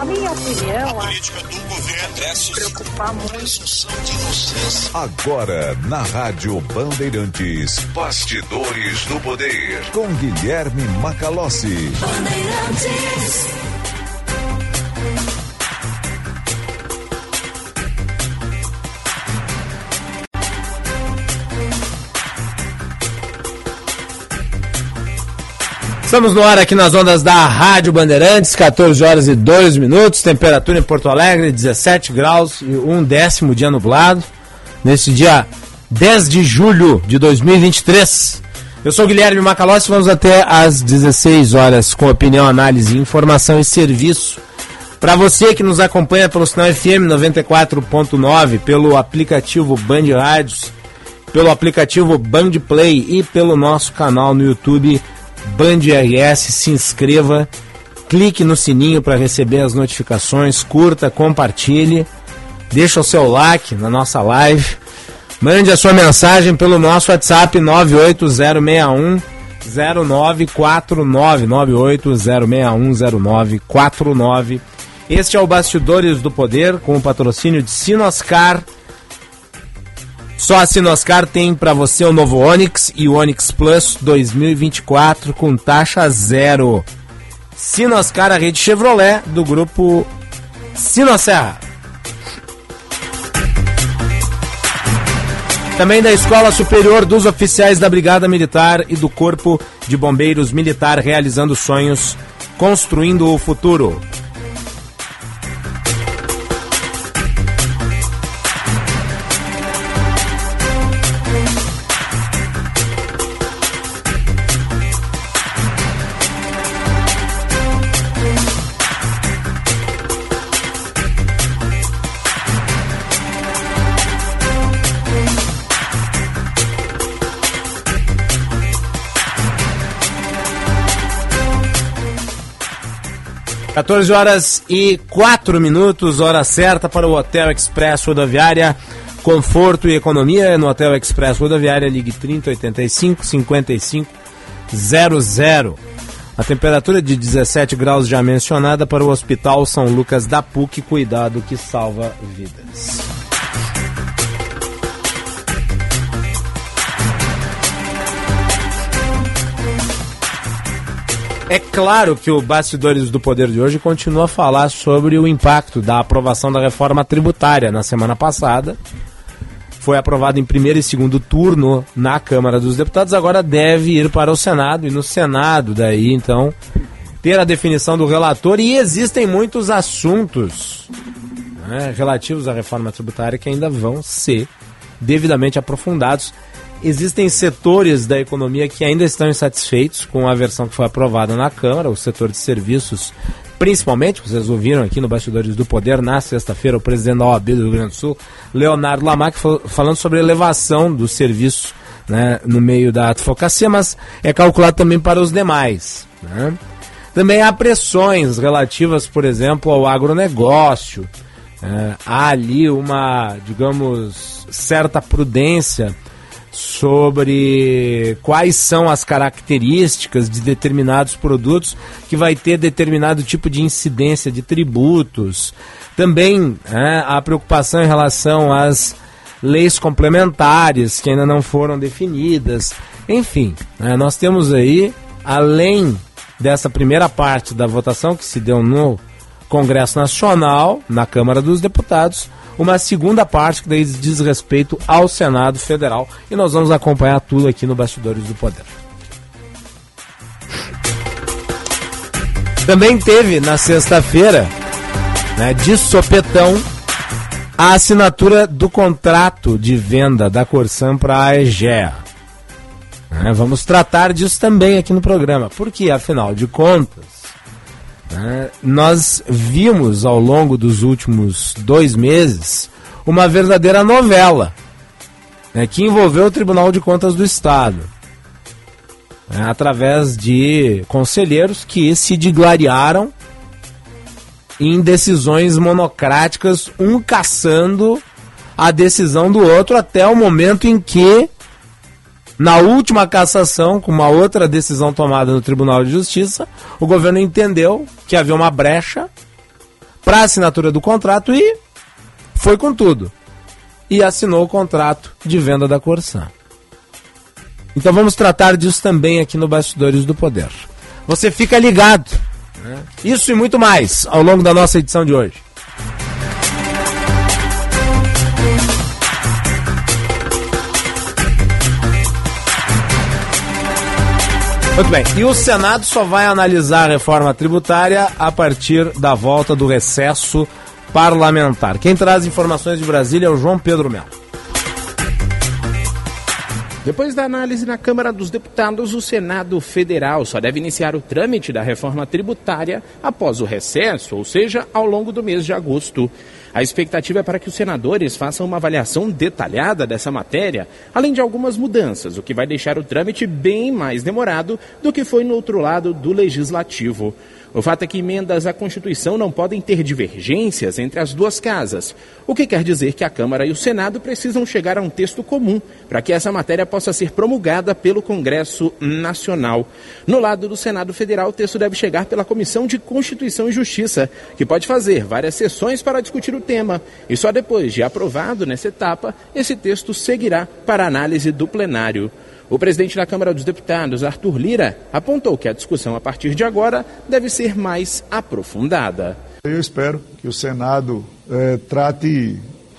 minha opinião, a política do governo é se preocupar muito. Agora, na Rádio Bandeirantes, Bastidores do Poder, com Guilherme Macalossi. Bandeirantes. Estamos no ar aqui nas ondas da Rádio Bandeirantes, 14 horas e 2 minutos, temperatura em Porto Alegre, 17 graus e 1/10 dia nublado, nesse dia 10 de julho de 2023. Eu sou o Guilherme Macalossi, vamos até às 16 horas com opinião, análise, informação e serviço. Para você que nos acompanha pelo sinal FM 94.9, pelo aplicativo Band Rádios, pelo aplicativo Band Play e pelo nosso canal no YouTube Band RS, se inscreva, clique no sininho para receber as notificações, curta, compartilhe, deixa o seu like na nossa live, mande a sua mensagem pelo nosso WhatsApp 980610949, 980610949. Este é o Bastidores do Poder, com o patrocínio de Sinoscar. Só a Sinoscar tem para você o novo Onix e o Onix Plus 2024 com taxa zero. Sinoscar, a rede Chevrolet do grupo Sinosserra. Também da Escola Superior dos Oficiais da Brigada Militar e do Corpo de Bombeiros Militar, realizando sonhos, construindo o futuro. (14 horas e 4 minutos), hora certa para o Hotel Express Rodoviária. Conforto e economia no Hotel Express Rodoviária. Ligue 3085-5500. A temperatura de 17 graus já mencionada para o Hospital São Lucas da PUC. Cuidado que salva vidas. É claro que o Bastidores do Poder de hoje continua a falar sobre o impacto da aprovação da reforma tributária na semana passada. Foi aprovado em primeiro e segundo turno na Câmara dos Deputados, agora deve ir para o Senado, e no Senado daí, então, ter a definição do relator, e existem muitos assuntos, né, relativos à reforma tributária que ainda vão ser devidamente aprofundados. Existem setores da economia que ainda estão insatisfeitos com a versão que foi aprovada na Câmara, o setor de serviços, principalmente. Vocês ouviram aqui no Bastidores do Poder, na sexta-feira, o presidente da OAB do Rio Grande do Sul, Leonardo Lamac, falando sobre a elevação do serviço, né, no meio da advocacia, mas é calculado também para os demais, né? Também há pressões relativas, por exemplo, ao agronegócio. Há ali uma, digamos, certa prudência sobre quais são as características de determinados produtos que vai ter determinado tipo de incidência de tributos. Também há preocupação em relação às leis complementares que ainda não foram definidas. Enfim, nós temos aí, além dessa primeira parte da votação que se deu no Congresso Nacional, na Câmara dos Deputados, uma segunda parte que daí diz respeito ao Senado Federal, e nós vamos acompanhar tudo aqui no Bastidores do Poder. Também teve na sexta-feira, né, de sopetão, a assinatura do contrato de venda da Corsan para a Egea. Vamos tratar disso também aqui no programa, porque afinal de contas, nós vimos ao longo dos últimos 2 meses uma verdadeira novela, que envolveu o Tribunal de Contas do Estado, através de conselheiros que se digladiaram em decisões monocráticas, um caçando a decisão do outro, até o momento em que, na última cassação, com uma outra decisão tomada no Tribunal de Justiça, o governo entendeu que havia uma brecha para a assinatura do contrato e foi com tudo. E assinou o contrato de venda da Corsan. Então vamos tratar disso também aqui no Bastidores do Poder. Você fica ligado, né? Isso e muito mais ao longo da nossa edição de hoje. Muito bem, e o Senado só vai analisar a reforma tributária a partir da volta do recesso parlamentar. Quem traz informações de Brasília é o João Pedro Melo. Depois da análise na Câmara dos Deputados, o Senado Federal só deve iniciar o trâmite da reforma tributária após o recesso, ou seja, ao longo do mês de agosto. A expectativa é para que os senadores façam uma avaliação detalhada dessa matéria, além de algumas mudanças, o que vai deixar o trâmite bem mais demorado do que foi no outro lado do Legislativo. O fato é que emendas à Constituição não podem ter divergências entre as duas casas, o que quer dizer que a Câmara e o Senado precisam chegar a um texto comum para que essa matéria possa ser promulgada pelo Congresso Nacional. No lado do Senado Federal, o texto deve chegar pela Comissão de Constituição e Justiça, que pode fazer várias sessões para discutir o tema, e só depois de aprovado nessa etapa, esse texto seguirá para análise do plenário. O presidente da Câmara dos Deputados, Arthur Lira, apontou que a discussão a partir de agora deve ser mais aprofundada. Eu espero que o Senado trate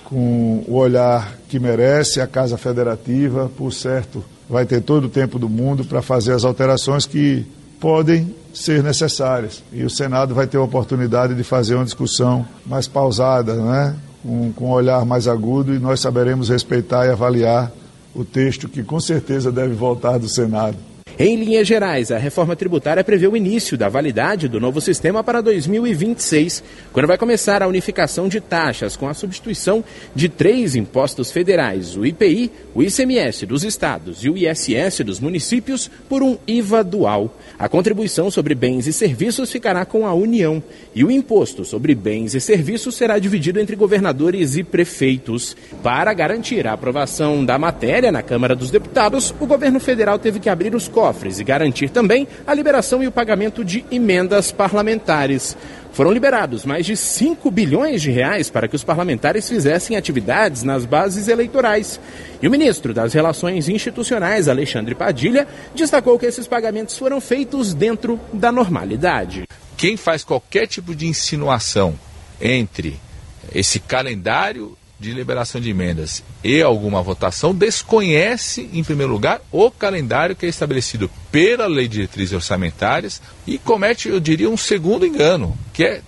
com o olhar que merece a Casa Federativa, por certo, vai ter todo o tempo do mundo para fazer as alterações que podem ser necessárias. E o Senado vai ter a oportunidade de fazer uma discussão mais pausada, né? Com um olhar mais agudo, e nós saberemos respeitar e avaliar o texto que com certeza deve voltar do Senado. Em linhas gerais, a reforma tributária prevê o início da validade do novo sistema para 2026, quando vai começar a unificação de taxas com a substituição de 3 impostos federais, o IPI, o ICMS dos estados e o ISS dos municípios, por um IVA dual. A contribuição sobre bens e serviços ficará com a União e o imposto sobre bens e serviços será dividido entre governadores e prefeitos. Para garantir a aprovação da matéria na Câmara dos Deputados, o governo federal teve que abrir os cofres e garantir também a liberação e o pagamento de emendas parlamentares. Foram liberados mais de 5 bilhões de reais para que os parlamentares fizessem atividades nas bases eleitorais. E o ministro das Relações Institucionais, Alexandre Padilha, destacou que esses pagamentos foram feitos dentro da normalidade. Quem faz qualquer tipo de insinuação entre esse calendário de liberação de emendas e alguma votação desconhece, em primeiro lugar, o calendário que é estabelecido pela Lei de Diretrizes Orçamentárias e comete, eu diria, um segundo engano, que é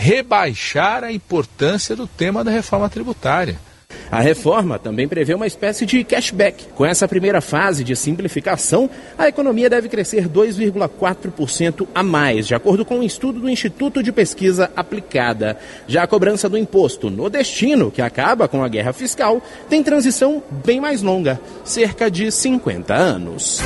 rebaixar a importância do tema da reforma tributária. A reforma também prevê uma espécie de cashback. Com essa primeira fase de simplificação, a economia deve crescer 2,4% a mais, de acordo com um estudo do Instituto de Pesquisa Aplicada. Já a cobrança do imposto no destino, que acaba com a guerra fiscal, tem transição bem mais longa, cerca de 50 anos.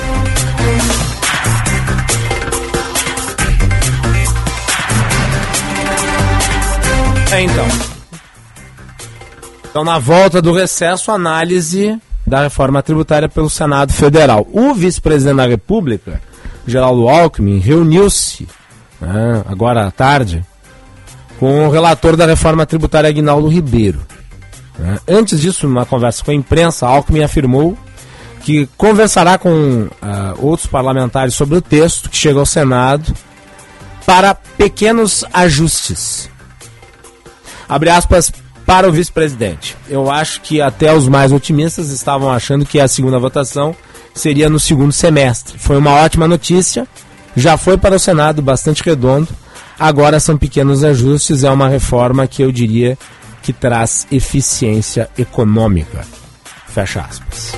Então, na volta do recesso, análise da reforma tributária pelo Senado Federal. O vice-presidente da República, Geraldo Alckmin, reuniu-se, agora à tarde, com o relator da reforma tributária, Aguinaldo Ribeiro. Antes disso, numa conversa com a imprensa, Alckmin afirmou que conversará com outros parlamentares sobre o texto que chega ao Senado para pequenos ajustes. Abre aspas para o vice-presidente. Eu acho que até os mais otimistas estavam achando que a segunda votação seria no segundo semestre. Foi uma ótima notícia, já foi para o Senado bastante redondo, agora são pequenos ajustes, é uma reforma que eu diria que traz eficiência econômica. Fecha aspas.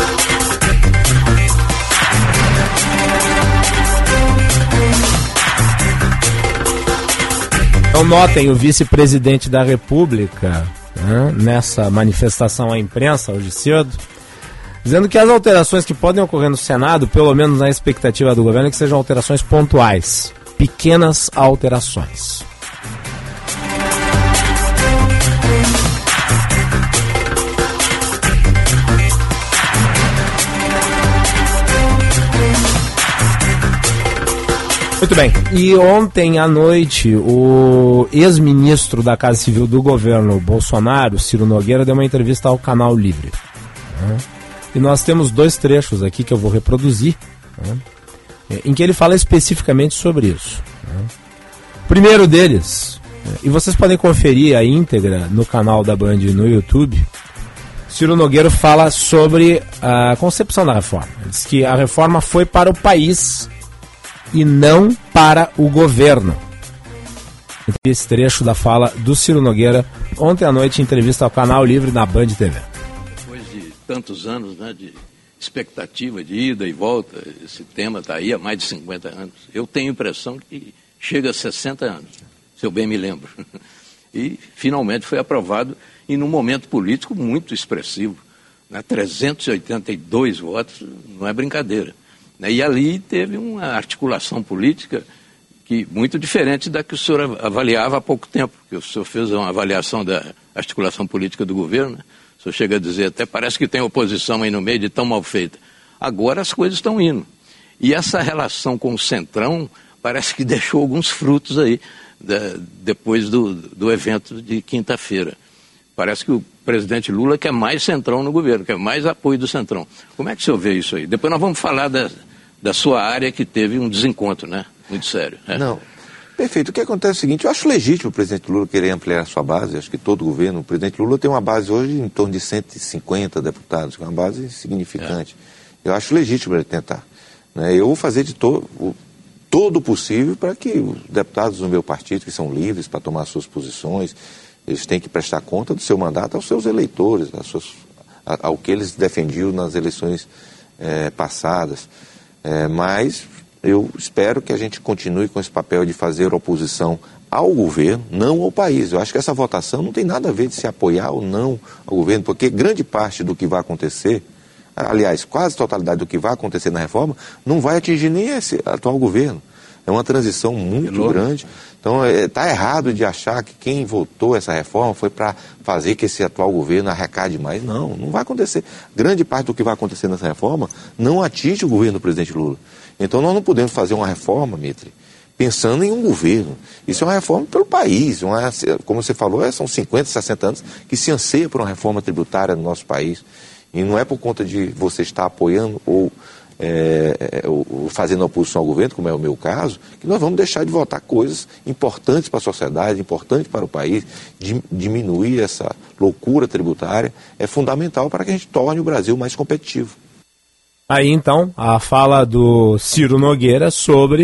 Então notem o vice-presidente da República, nessa manifestação à imprensa hoje cedo, dizendo que as alterações que podem ocorrer no Senado, pelo menos na expectativa do governo, é que sejam alterações pontuais, pequenas alterações. Muito Muito bem. E ontem à noite, o ex-ministro da Casa Civil do governo Bolsonaro, Ciro Nogueira, deu uma entrevista ao Canal Livre. E nós temos 2 trechos aqui que eu vou reproduzir, em que ele fala especificamente sobre isso. O primeiro deles, e vocês podem conferir a íntegra no canal da Band no YouTube, Ciro Nogueira fala sobre a concepção da reforma. Ele diz que a reforma foi para o país e não para o governo. Esse trecho da fala do Ciro Nogueira ontem à noite em entrevista ao Canal Livre na Band TV. Depois de tantos anos, né, de expectativa de ida e volta, esse tema está aí há mais de 50 anos. Eu tenho a impressão que chega a 60 anos, se eu bem me lembro. E finalmente foi aprovado e num momento político muito expressivo. Né, 382 votos, não é brincadeira. E ali teve uma articulação política que muito diferente da que o senhor avaliava há pouco tempo, que o senhor fez uma avaliação da articulação política do governo, né? O senhor chega a dizer, até parece que tem oposição aí no meio de tão mal feita. Agora as coisas estão indo. E essa relação com o Centrão parece que deixou alguns frutos aí, depois do evento de quinta-feira. Parece que o presidente Lula quer mais Centrão no governo, quer mais apoio do Centrão. Como é que o senhor vê isso aí? Depois nós vamos falar da sua área que teve um desencontro, né? Muito sério. Não. Perfeito. O que acontece é o seguinte, eu acho legítimo o presidente Lula querer ampliar a sua base, acho que todo governo, o presidente Lula tem uma base hoje em torno de 150 deputados, que é uma base significante. Eu acho legítimo ele tentar. Né? Eu vou fazer de todo o possível para que os deputados do meu partido, que são livres para tomar suas posições, eles têm que prestar conta do seu mandato aos seus eleitores, ao que eles defendiam nas eleições passadas. Mas eu espero que a gente continue com esse papel de fazer oposição ao governo, não ao país. Eu acho que essa votação não tem nada a ver de se apoiar ou não ao governo, porque grande parte do que vai acontecer, aliás, quase a totalidade do que vai acontecer na reforma, não vai atingir nem esse atual governo. É uma transição muito grande. Então, está errado de achar que quem votou essa reforma foi para fazer que esse atual governo arrecade mais. Não, não vai acontecer. Grande parte do que vai acontecer nessa reforma não atinge o governo do presidente Lula. Então, nós não podemos fazer uma reforma, Mitre, pensando em um governo. Isso é uma reforma pelo país. Como você falou, são 50, 60 anos que se anseia por uma reforma tributária no nosso país. E não é por conta de você estar apoiando ou fazendo oposição ao governo, como é o meu caso, que nós vamos deixar de votar coisas importantes para a sociedade, importantes para o país. Diminuir essa loucura tributária é fundamental para que a gente torne o Brasil mais competitivo. Aí então, a fala do Ciro Nogueira sobre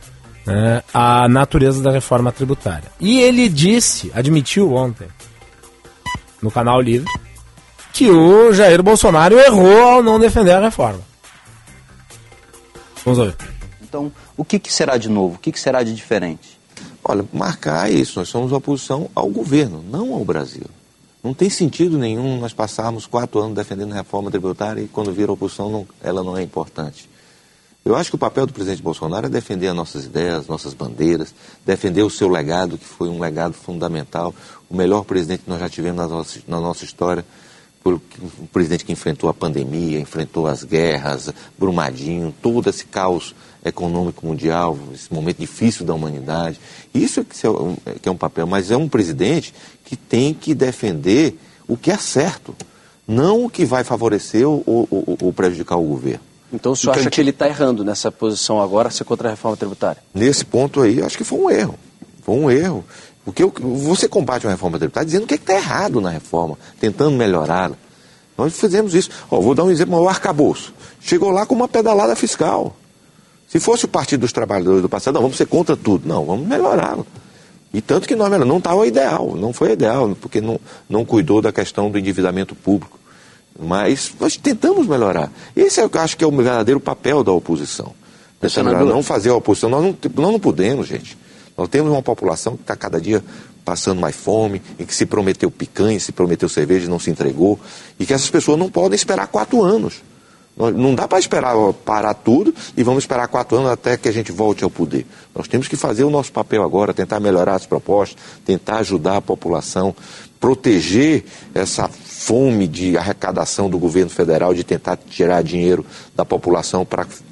a natureza da reforma tributária. E ele admitiu ontem, no Canal Livre, que o Jair Bolsonaro errou ao não defender a reforma. Vamos ver. Então, o que será de novo? O que será de diferente? Olha, marcar isso. Nós somos oposição ao governo, não ao Brasil. Não tem sentido nenhum nós passarmos 4 anos defendendo a reforma tributária e quando vira oposição ela não é importante. Eu acho que o papel do presidente Bolsonaro é defender as nossas ideias, nossas bandeiras, defender o seu legado, que foi um legado fundamental, o melhor presidente que nós já tivemos na nossa história. Um presidente que enfrentou a pandemia, enfrentou as guerras, Brumadinho, todo esse caos econômico mundial, esse momento difícil da humanidade. Isso que é um papel, mas é um presidente que tem que defender o que é certo, não o que vai favorecer ou prejudicar o governo. Então o senhor acha que ele está errando nessa posição agora, ser contra a reforma tributária? Nesse ponto aí, acho que foi um erro. Foi um erro. Porque você combate uma reforma tributária dizendo o que está errado na reforma, tentando melhorá-la. Nós fizemos isso. Vou dar um exemplo, o arcabouço. Chegou lá com uma pedalada fiscal. Se fosse o Partido dos Trabalhadores do passado, não, vamos ser contra tudo. Não, vamos melhorá-lo. E tanto que nós não estava ideal, não foi ideal, porque não cuidou da questão do endividamento público. Mas nós tentamos melhorar. Esse eu acho que é o verdadeiro papel da oposição. Não fazer a oposição, nós não podemos, gente. Nós temos uma população que está cada dia passando mais fome, em que se prometeu picanha, se prometeu cerveja e não se entregou, e que essas pessoas não podem esperar 4 anos. Não dá para esperar parar tudo e vamos esperar 4 anos até que a gente volte ao poder. Nós temos que fazer o nosso papel agora, tentar melhorar as propostas, tentar ajudar a população, proteger essa fome de arrecadação do governo federal, de tentar tirar dinheiro da população para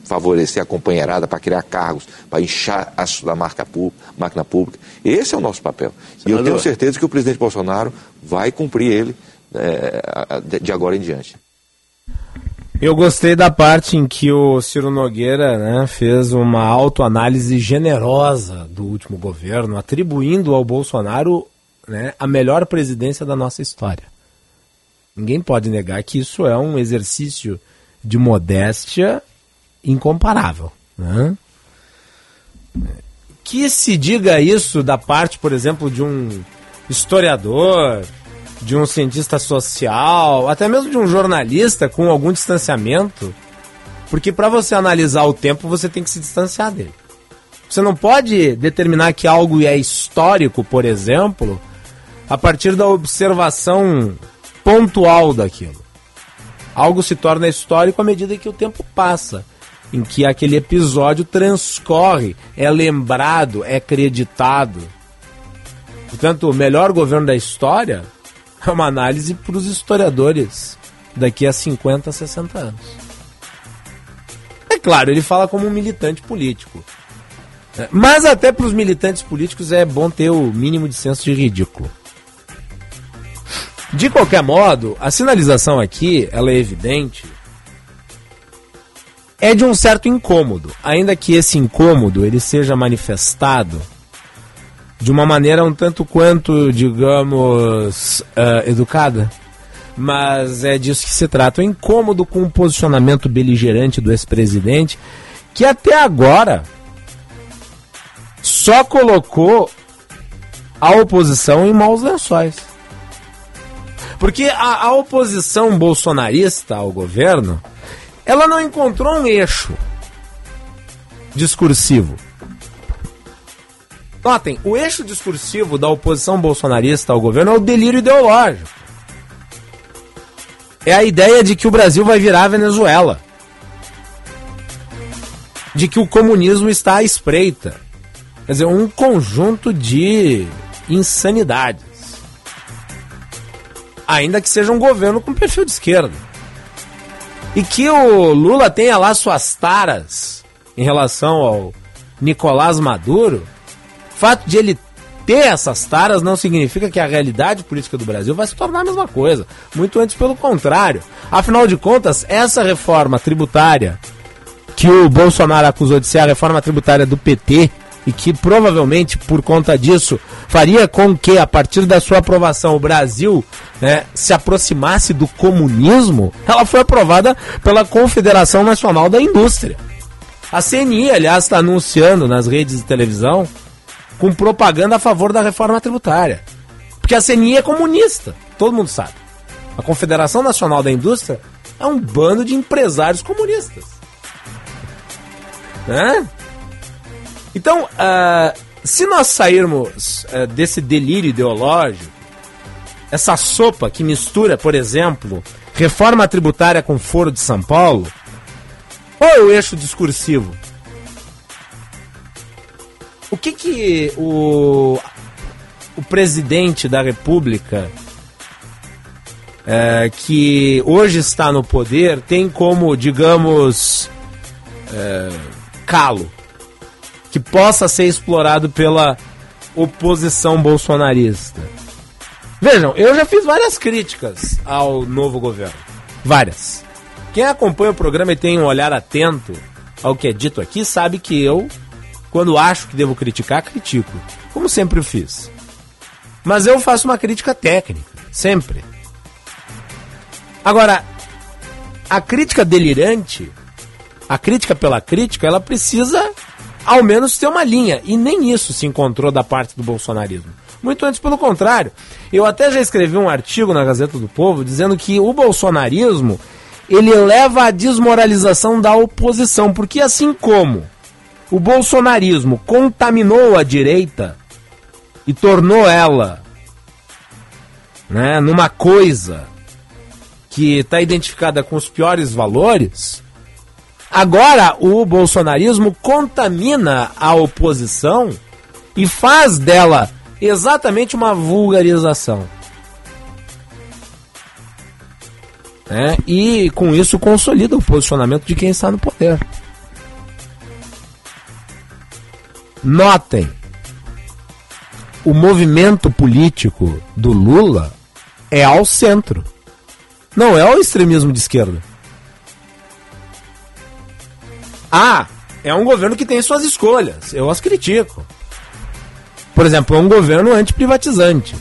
favorecer a companheirada, para criar cargos, para inchar a máquina pública. Esse é o nosso papel. Senador. E eu tenho certeza que o presidente Bolsonaro vai cumprir ele de agora em diante. Eu gostei da parte em que o Ciro Nogueira, né, fez uma autoanálise generosa do último governo, atribuindo ao Bolsonaro, né, a melhor presidência da nossa história. Ninguém pode negar que isso é um exercício de modéstia incomparável, né? Que se diga isso da parte, por exemplo, de um historiador, de um cientista social, até mesmo de um jornalista com algum distanciamento, porque para você analisar o tempo você tem que se distanciar dele. Você não pode determinar que algo é histórico, por exemplo, a partir da observação pontual daquilo. Algo se torna histórico à medida que o tempo passa, em que aquele episódio transcorre, é lembrado, é creditado. Portanto, o melhor governo da história é uma análise para os historiadores daqui a 50, 60 anos. É claro, ele fala como um militante político. Mas até para os militantes políticos é bom ter o mínimo de senso de ridículo. De qualquer modo, a sinalização aqui, ela é evidente, é de um certo incômodo, ainda que esse incômodo ele seja manifestado de uma maneira um tanto quanto, digamos, educada, mas é disso que se trata. O incômodo com o posicionamento beligerante do ex-presidente, que até agora só colocou a oposição em maus lençóis. Porque a oposição bolsonarista ao governo, ela não encontrou um eixo discursivo. Notem, o eixo discursivo da oposição bolsonarista ao governo é o delírio ideológico. É a ideia de que o Brasil vai virar a Venezuela. De que o comunismo está à espreita. Quer dizer, um conjunto de insanidades. Ainda que seja um governo com perfil de esquerda. E que o Lula tenha lá suas taras em relação ao Nicolás Maduro, o fato de ele ter essas taras não significa que a realidade política do Brasil vai se tornar a mesma coisa. Muito antes, pelo contrário. Afinal de contas, essa reforma tributária que o Bolsonaro acusou de ser a reforma tributária do PT, e que provavelmente por conta disso faria com que a partir da sua aprovação o Brasil, né, se aproximasse do comunismo, ela foi aprovada pela Confederação Nacional da Indústria. A CNI, aliás, está anunciando nas redes de televisão com propaganda a favor da reforma tributária, porque a CNI é comunista, todo mundo sabe. A Confederação Nacional da Indústria é um bando de empresários comunistas, né? Então, se nós sairmos desse delírio ideológico, essa sopa que mistura, por exemplo, reforma tributária com Foro de São Paulo, qual é o eixo discursivo? O que o presidente da República, que hoje está no poder, tem como, digamos, calo, que possa ser explorado pela oposição bolsonarista? Vejam, eu já fiz várias críticas ao novo governo. Várias. Quem acompanha o programa e tem um olhar atento ao que é dito aqui, sabe que eu, quando acho que devo criticar, critico. Como sempre o fiz. Mas eu faço uma crítica técnica. Sempre. Agora, a crítica delirante, a crítica pela crítica, ela precisa ao menos ter uma linha, e nem isso se encontrou da parte do bolsonarismo. Muito antes, pelo contrário. Eu até já escrevi um artigo na Gazeta do Povo dizendo que o bolsonarismo, ele leva à desmoralização da oposição, porque assim como o bolsonarismo contaminou a direita e tornou ela, né, numa coisa que está identificada com os piores valores, agora o bolsonarismo contamina a oposição e faz dela exatamente uma vulgarização. E com isso consolida o posicionamento de quem está no poder. Notem, o movimento político do Lula é ao centro, não é ao extremismo de esquerda. É um governo que tem suas escolhas, eu as critico. Por exemplo, é um governo antiprivatizante.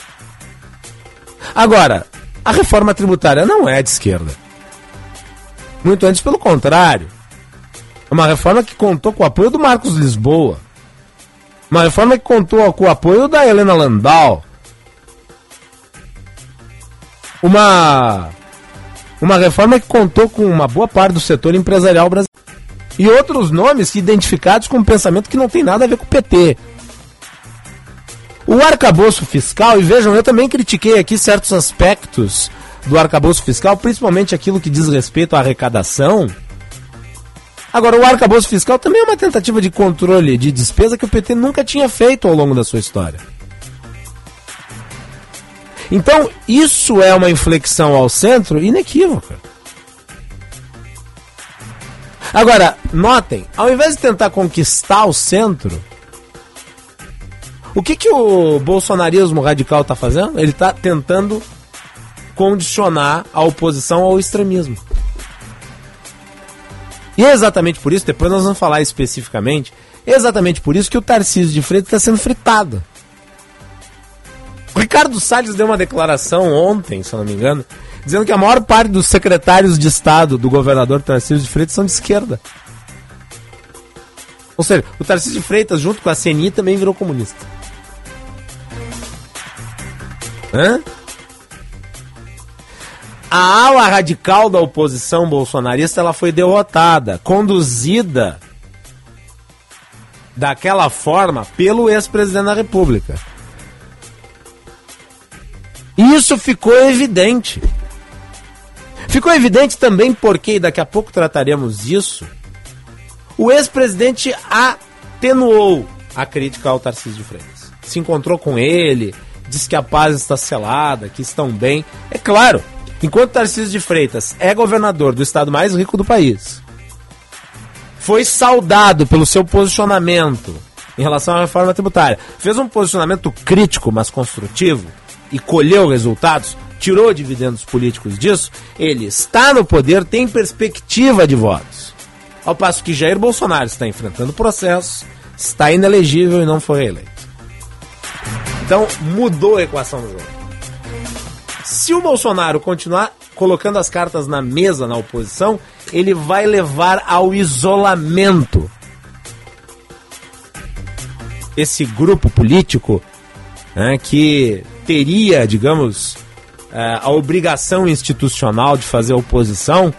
Agora, a reforma tributária não é de esquerda. Muito antes, pelo contrário. É uma reforma que contou com o apoio do Marcos Lisboa. Uma reforma que contou com o apoio da Helena Landau. Uma reforma que contou com uma boa parte do setor empresarial brasileiro. E outros nomes identificados com um pensamento que não tem nada a ver com o PT. O arcabouço fiscal, e vejam, eu também critiquei aqui certos aspectos do arcabouço fiscal, principalmente aquilo que diz respeito à arrecadação. Agora, o arcabouço fiscal também é uma tentativa de controle de despesa que o PT nunca tinha feito ao longo da sua história. Então, isso é uma inflexão ao centro inequívoca. Agora, notem, ao invés de tentar conquistar o centro, o que o bolsonarismo radical está fazendo? Ele está tentando condicionar a oposição ao extremismo. E é exatamente por isso, depois nós vamos falar especificamente, é exatamente por isso que o Tarcísio de Freitas está sendo fritado. O Ricardo Salles deu uma declaração ontem, se eu não me engano, dizendo que a maior parte dos secretários de Estado do governador Tarcísio de Freitas são de esquerda. Ou seja, o Tarcísio de Freitas, junto com a CNI, também virou comunista. A ala radical da oposição bolsonarista ela foi derrotada, conduzida daquela forma pelo ex-presidente da República. E isso ficou evidente. Ficou evidente também porque, e daqui a pouco trataremos disso, o ex-presidente atenuou a crítica ao Tarcísio de Freitas. Se encontrou com ele, disse que a paz está selada, que estão bem. É claro, enquanto Tarcísio de Freitas é governador do estado mais rico do país, foi saudado pelo seu posicionamento em relação à reforma tributária, fez um posicionamento crítico, mas construtivo, e colheu resultados, tirou dividendos políticos disso, ele está no poder, tem perspectiva de votos. Ao passo que Jair Bolsonaro está enfrentando processo, está inelegível e não foi reeleito. Então mudou a equação do jogo. Se o Bolsonaro continuar colocando as cartas na mesa na oposição, ele vai levar ao isolamento esse grupo político, né, que teria, digamos, a obrigação institucional de fazer oposição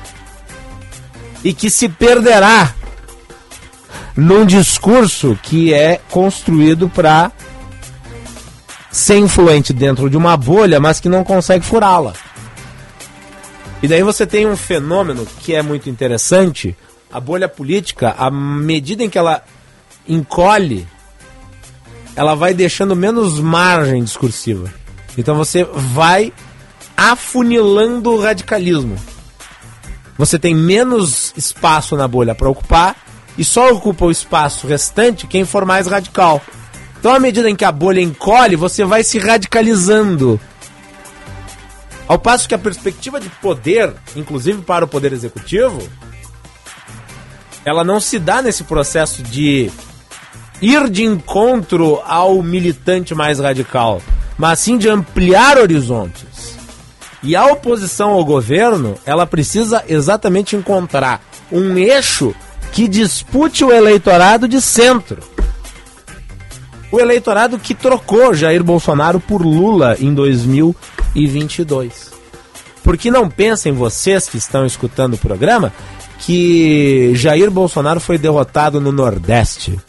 e que se perderá num discurso que é construído para ser influente dentro de uma bolha, mas que não consegue furá-la. E daí você tem um fenômeno que é muito interessante. A bolha política, à medida em que ela encolhe, ela vai deixando menos margem discursiva. Então você vai afunilando o radicalismo. Você tem menos espaço na bolha para ocupar e só ocupa o espaço restante quem for mais radical. Então, à medida em que a bolha encolhe, você vai se radicalizando. Ao passo que a perspectiva de poder, inclusive para o poder executivo, ela não se dá nesse processo de ir de encontro ao militante mais radical, mas sim de ampliar horizontes. E a oposição ao governo, ela precisa exatamente encontrar um eixo que dispute o eleitorado de centro. O eleitorado que trocou Jair Bolsonaro por Lula em 2022. Porque não pensem vocês que estão escutando o programa que Jair Bolsonaro foi derrotado no Nordeste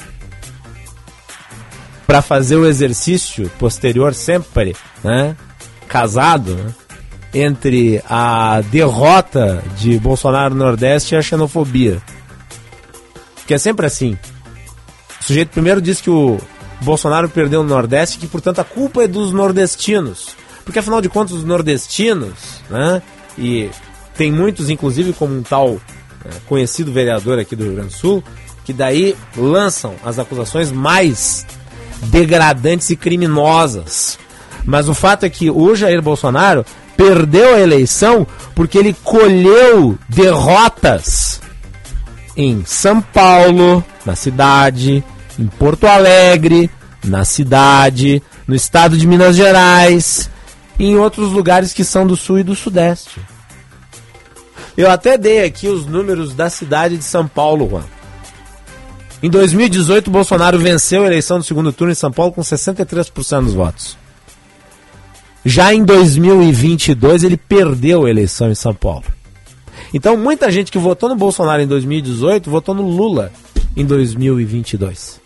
para fazer o exercício posterior sempre, né, casado, né, entre a derrota de Bolsonaro no Nordeste e a xenofobia. Porque é sempre assim. O sujeito primeiro diz que o Bolsonaro perdeu no Nordeste e que, portanto, a culpa é dos nordestinos. Porque, afinal de contas, os nordestinos, né, e tem muitos, inclusive, como um tal conhecido vereador aqui do Rio Grande do Sul, que daí lançam as acusações mais degradantes e criminosas. Mas o fato é que o Jair Bolsonaro perdeu a eleição porque ele colheu derrotas em São Paulo, na cidade, em Porto Alegre, na cidade, no estado de Minas Gerais e em outros lugares que são do sul e do sudeste. Eu até dei aqui os números da cidade de São Paulo, Juan. Em 2018, Bolsonaro venceu a eleição do segundo turno em São Paulo com 63% dos votos. Já em 2022, ele perdeu a eleição em São Paulo. Então, muita gente que votou no Bolsonaro em 2018 votou no Lula em 2022.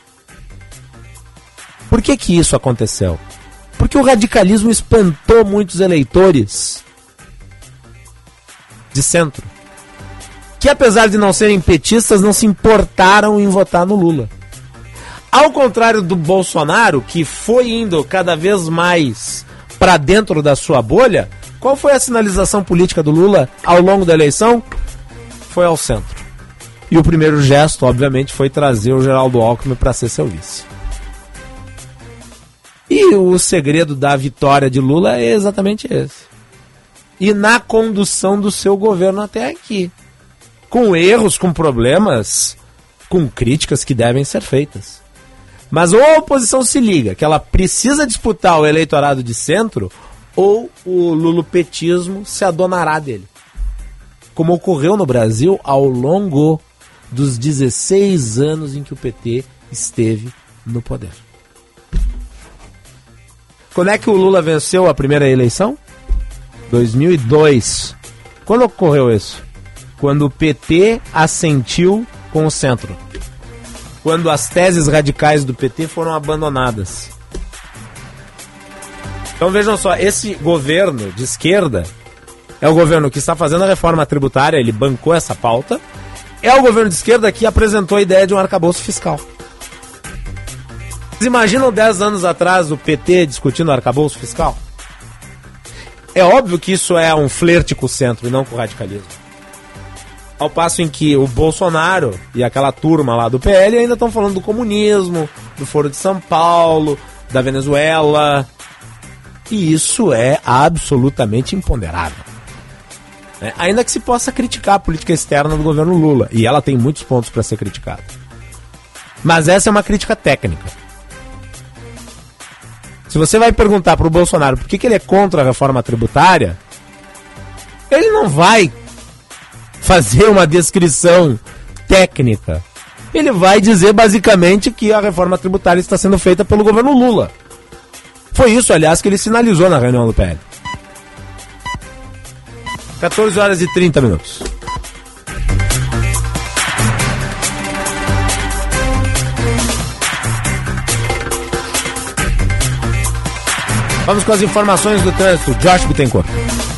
Por que que isso aconteceu? Porque o radicalismo espantou muitos eleitores de centro, que apesar de não serem petistas, não se importaram em votar no Lula. Ao contrário do Bolsonaro, que foi indo cada vez mais para dentro da sua bolha, qual foi a sinalização política do Lula ao longo da eleição? Foi ao centro. E o primeiro gesto, obviamente, foi trazer o Geraldo Alckmin para ser seu vice. E o segredo da vitória de Lula é exatamente esse. E na condução do seu governo até aqui. Com erros, com problemas, com críticas que devem ser feitas. Mas ou a oposição se liga que ela precisa disputar o eleitorado de centro, ou o lulopetismo se adonará dele. Como ocorreu no Brasil ao longo dos 16 anos em que o PT esteve no poder. Quando é que o Lula venceu a primeira eleição? 2002. Quando ocorreu isso? Quando o PT assentiu com o centro. Quando as teses radicais do PT foram abandonadas. Então vejam só, esse governo de esquerda é o governo que está fazendo a reforma tributária, ele bancou essa pauta, é o governo de esquerda que apresentou a ideia de um arcabouço fiscal. Vocês imaginam 10 anos atrás o PT discutindo o arcabouço fiscal? É óbvio que isso é um flerte com o centro e não com o radicalismo. Ao passo em que o Bolsonaro e aquela turma lá do PL ainda estão falando do comunismo, do Foro de São Paulo, da Venezuela. E isso é absolutamente imponderável. Ainda que se possa criticar a política externa do governo Lula, e ela tem muitos pontos para ser criticada. Mas essa é uma crítica técnica. Se você vai perguntar para o Bolsonaro por que ele é contra a reforma tributária, ele não vai fazer uma descrição técnica. Ele vai dizer basicamente que a reforma tributária está sendo feita pelo governo Lula. Foi isso, aliás, que ele sinalizou na reunião do PL. 14 horas e 30 minutos. Vamos com as informações do trânsito. Josh Bittencourt.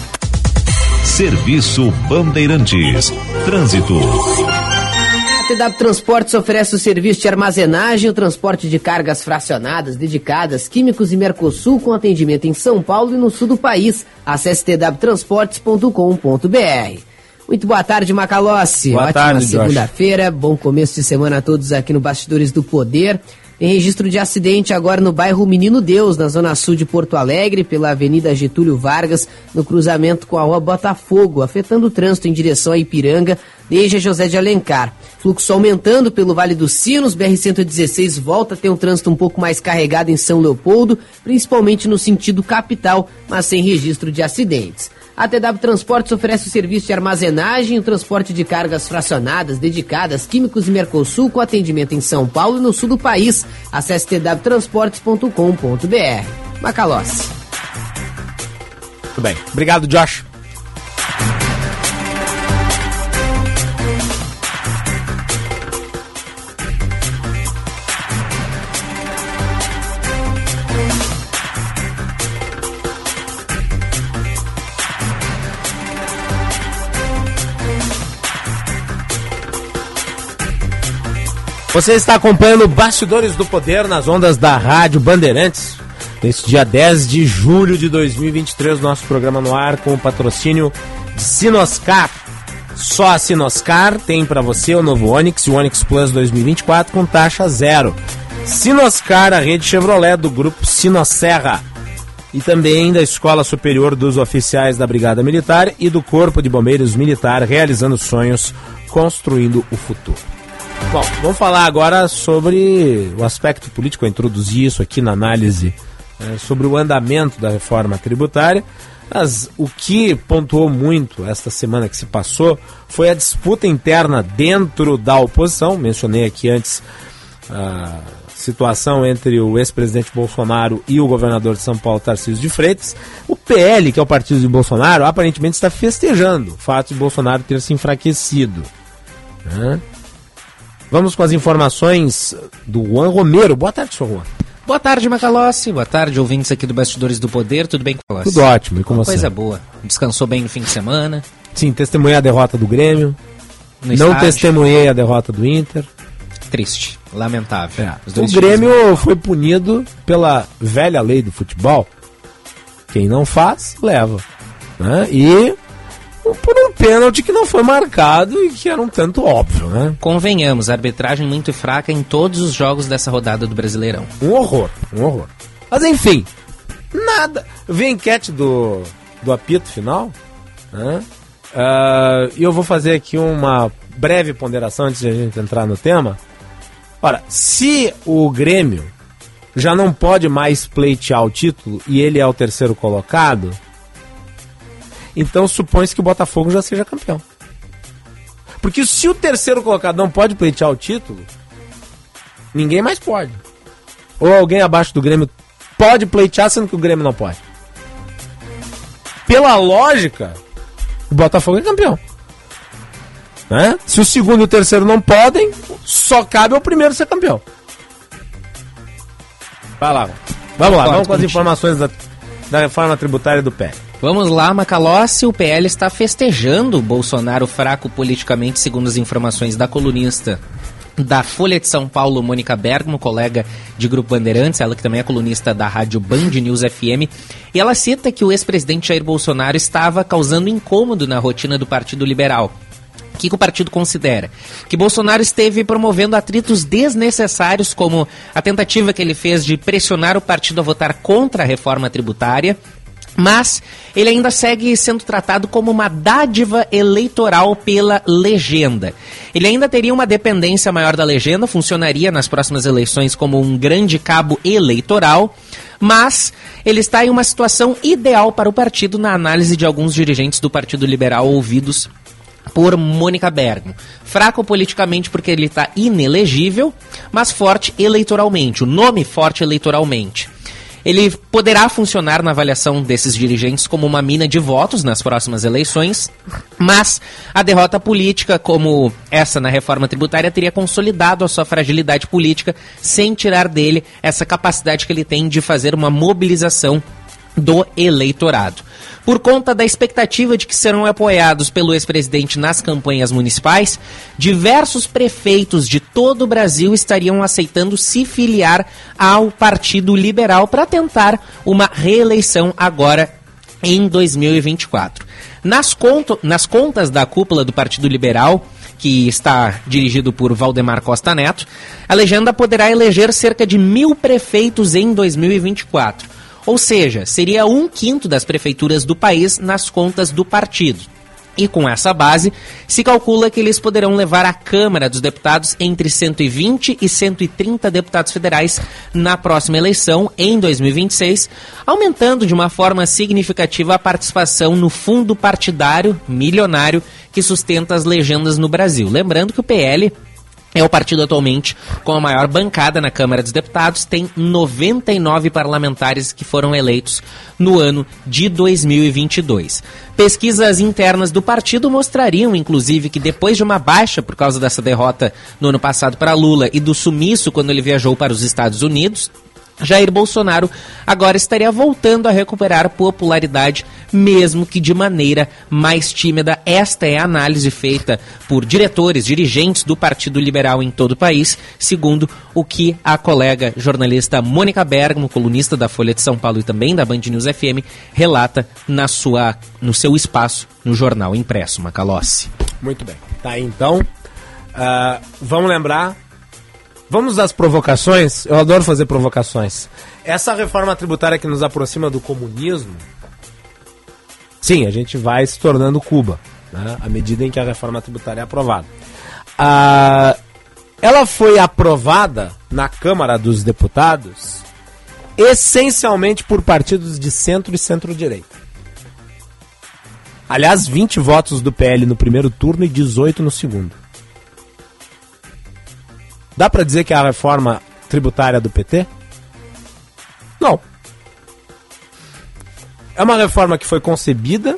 Serviço Bandeirantes. Trânsito. A TW Transportes oferece o serviço de armazenagem e o transporte de cargas fracionadas, dedicadas, Químicos e Mercosul, com atendimento em São Paulo e no sul do país. Acesse twtransportes.com.br. Muito boa tarde, Macalossi. Boa tarde, ótima segunda-feira, bom começo de semana a todos aqui no Bastidores do Poder. Tem registro de acidente agora no bairro Menino Deus, na zona sul de Porto Alegre, pela Avenida Getúlio Vargas, no cruzamento com a Rua Botafogo, afetando o trânsito em direção a Ipiranga, desde a José de Alencar. Fluxo aumentando pelo Vale dos Sinos, BR-116 volta a ter um trânsito um pouco mais carregado em São Leopoldo, principalmente no sentido capital, mas sem registro de acidentes. A TW Transportes oferece o serviço de armazenagem e o transporte de cargas fracionadas, dedicadas, Químicos e Mercosul, com atendimento em São Paulo e no sul do país. Acesse twtransportes.com.br. Macalossi. Muito bem. Obrigado, Josh. Você está acompanhando Bastidores do Poder nas ondas da Rádio Bandeirantes. Nesse dia 10 de julho de 2023, nosso programa no ar com o patrocínio de Sinoscar. Só a Sinoscar tem para você o novo Onix e o Onix Plus 2024 com taxa zero. Sinoscar, a rede Chevrolet do grupo Sinosserra. E também da Escola Superior dos Oficiais da Brigada Militar e do Corpo de Bombeiros Militar, realizando sonhos, construindo o futuro. Bom, vamos falar agora sobre o aspecto político. Eu introduzi isso aqui na análise sobre o andamento da reforma tributária. Mas o que pontuou muito esta semana que se passou foi a disputa interna dentro da oposição. Mencionei aqui antes a situação entre o ex-presidente Bolsonaro e o governador de São Paulo, Tarcísio de Freitas. O PL, que é o partido de Bolsonaro, aparentemente está festejando o fato de Bolsonaro ter se enfraquecido. Vamos com as informações do Juan Romero. Boa tarde, senhor Juan. Boa tarde, Macalossi. Boa tarde, ouvintes aqui do Bastidores do Poder. Tudo bem, Macalossi? Tudo ótimo. E com você? Coisa boa. Descansou bem no fim de semana? Sim, testemunhei a derrota do Grêmio. Não testemunhei a derrota do Inter. Triste. Lamentável. O Grêmio foi punido pela velha lei do futebol. Quem não faz, leva. E por um pênalti que não foi marcado e que era um tanto óbvio, né? Convenhamos, arbitragem muito fraca em todos os jogos dessa rodada do Brasileirão. Um horror. Mas enfim, nada. Vi a enquete do apito final, e eu vou fazer aqui uma breve ponderação antes de a gente entrar no tema. Ora, se o Grêmio já não pode mais pleitear o título e ele é o terceiro colocado, então supõe-se que o Botafogo já seja campeão. Porque se o terceiro colocado não pode pleitear o título, ninguém mais pode. Ou alguém abaixo do Grêmio pode pleitear, sendo que o Grêmio não pode. Pela lógica, o Botafogo é campeão. Se o segundo e o terceiro não podem, só cabe ao primeiro ser campeão. Vai lá. Vamos lá, vamos com as informações da reforma tributária do PL. Vamos lá, Macalossi. O PL está festejando o Bolsonaro fraco politicamente, segundo as informações da colunista da Folha de São Paulo, Mônica Bergamo, colega de Grupo Bandeirantes, ela que também é colunista da rádio Band News FM, e ela cita que o ex-presidente Jair Bolsonaro estava causando incômodo na rotina do Partido Liberal. O que o partido considera? Que Bolsonaro esteve promovendo atritos desnecessários, como a tentativa que ele fez de pressionar o partido a votar contra a reforma tributária, mas ele ainda segue sendo tratado como uma dádiva eleitoral pela legenda. Ele ainda teria uma dependência maior da legenda, funcionaria nas próximas eleições como um grande cabo eleitoral, mas ele está em uma situação ideal para o partido na análise de alguns dirigentes do Partido Liberal ouvidos por Mônica Bergamo. Fraco politicamente porque ele está inelegível, mas forte eleitoralmente, o nome forte eleitoralmente. Ele poderá funcionar na avaliação desses dirigentes como uma mina de votos nas próximas eleições, mas a derrota política, como essa na reforma tributária, teria consolidado a sua fragilidade política, sem tirar dele essa capacidade que ele tem de fazer uma mobilização do eleitorado. Por conta da expectativa de que serão apoiados pelo ex-presidente nas campanhas municipais, diversos prefeitos de todo o Brasil estariam aceitando se filiar ao Partido Liberal para tentar uma reeleição agora em 2024. Nas contas da cúpula do Partido Liberal, que está dirigido por Valdemar Costa Neto, a legenda poderá eleger cerca de 1.000 prefeitos em 2024. Ou seja, seria 1/5 das prefeituras do país nas contas do partido. E com essa base, se calcula que eles poderão levar à Câmara dos Deputados entre 120 e 130 deputados federais na próxima eleição, em 2026, aumentando de uma forma significativa a participação no fundo partidário milionário que sustenta as legendas no Brasil. Lembrando que o PL é o partido atualmente com a maior bancada na Câmara dos Deputados, tem 99 parlamentares que foram eleitos no ano de 2022. Pesquisas internas do partido mostrariam, inclusive, que depois de uma baixa por causa dessa derrota no ano passado para Lula e do sumiço quando ele viajou para os Estados Unidos, Jair Bolsonaro agora estaria voltando a recuperar popularidade, mesmo que de maneira mais tímida. Esta é a análise feita por dirigentes do Partido Liberal em todo o país, segundo o que a colega jornalista Mônica Bergamo, colunista da Folha de São Paulo e também da Band News FM, relata no seu espaço no jornal impresso, Macalossi. Muito bem. Tá aí, então. Vamos lembrar. Vamos às provocações. Eu adoro fazer provocações. Essa reforma tributária que nos aproxima do comunismo, sim, a gente vai se tornando Cuba, né, à medida em que a reforma tributária é aprovada. Ela foi aprovada na Câmara dos Deputados essencialmente por partidos de centro e centro-direita. Aliás, 20 votos do PL no primeiro turno e 18 no segundo. Dá pra dizer que é a reforma tributária do PT? Não. É uma reforma que foi concebida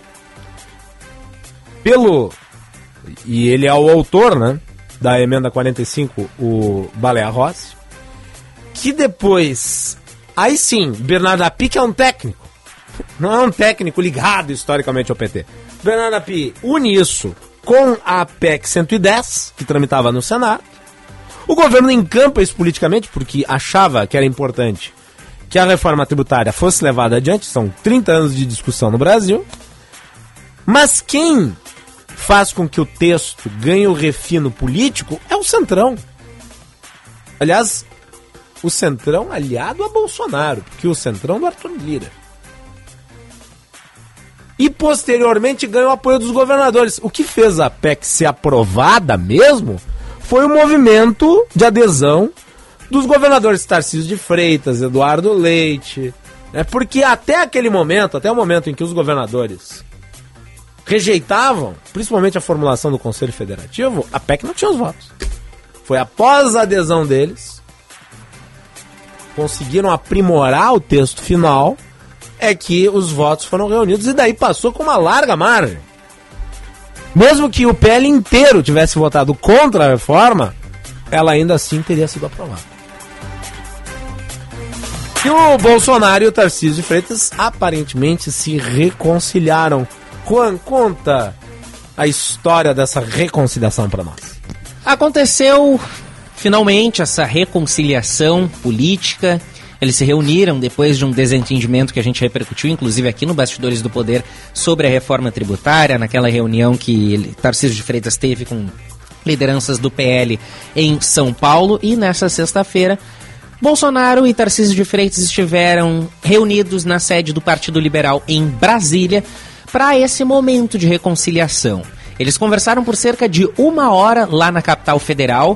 pelo... E ele é o autor, né, da emenda 45, o Baleia Rossi, que depois... Aí sim, Bernardo Api, que é um técnico. Não é um técnico ligado historicamente ao PT. Bernardo Api une isso com a PEC 110, que tramitava no Senado. O governo encampa isso politicamente porque achava que era importante que a reforma tributária fosse levada adiante. São 30 anos de discussão no Brasil. Mas quem faz com que o texto ganhe o refino político é o Centrão. Aliás, o Centrão aliado a Bolsonaro, porque o Centrão do Arthur Lira. E posteriormente ganha o apoio dos governadores. O que fez a PEC ser aprovada mesmo foi o movimento de adesão dos governadores Tarcísio de Freitas, Eduardo Leite, né? Porque até aquele momento, até o momento em que os governadores rejeitavam, principalmente a formulação do Conselho Federativo, a PEC não tinha os votos. Foi após a adesão deles, conseguiram aprimorar o texto final, é que os votos foram reunidos e daí passou com uma larga margem. Mesmo que o PL inteiro tivesse votado contra a reforma, ela ainda assim teria sido aprovada. E o Bolsonaro e o Tarcísio de Freitas aparentemente se reconciliaram. Juan, conta a história dessa reconciliação para nós. Aconteceu finalmente essa reconciliação política. Eles se reuniram depois de um desentendimento que a gente repercutiu, inclusive aqui no Bastidores do Poder, sobre a reforma tributária, naquela reunião que Tarcísio de Freitas teve com lideranças do PL em São Paulo. E nessa sexta-feira, Bolsonaro e Tarcísio de Freitas estiveram reunidos na sede do Partido Liberal em Brasília para esse momento de reconciliação. Eles conversaram por cerca de 1 hora lá na capital federal.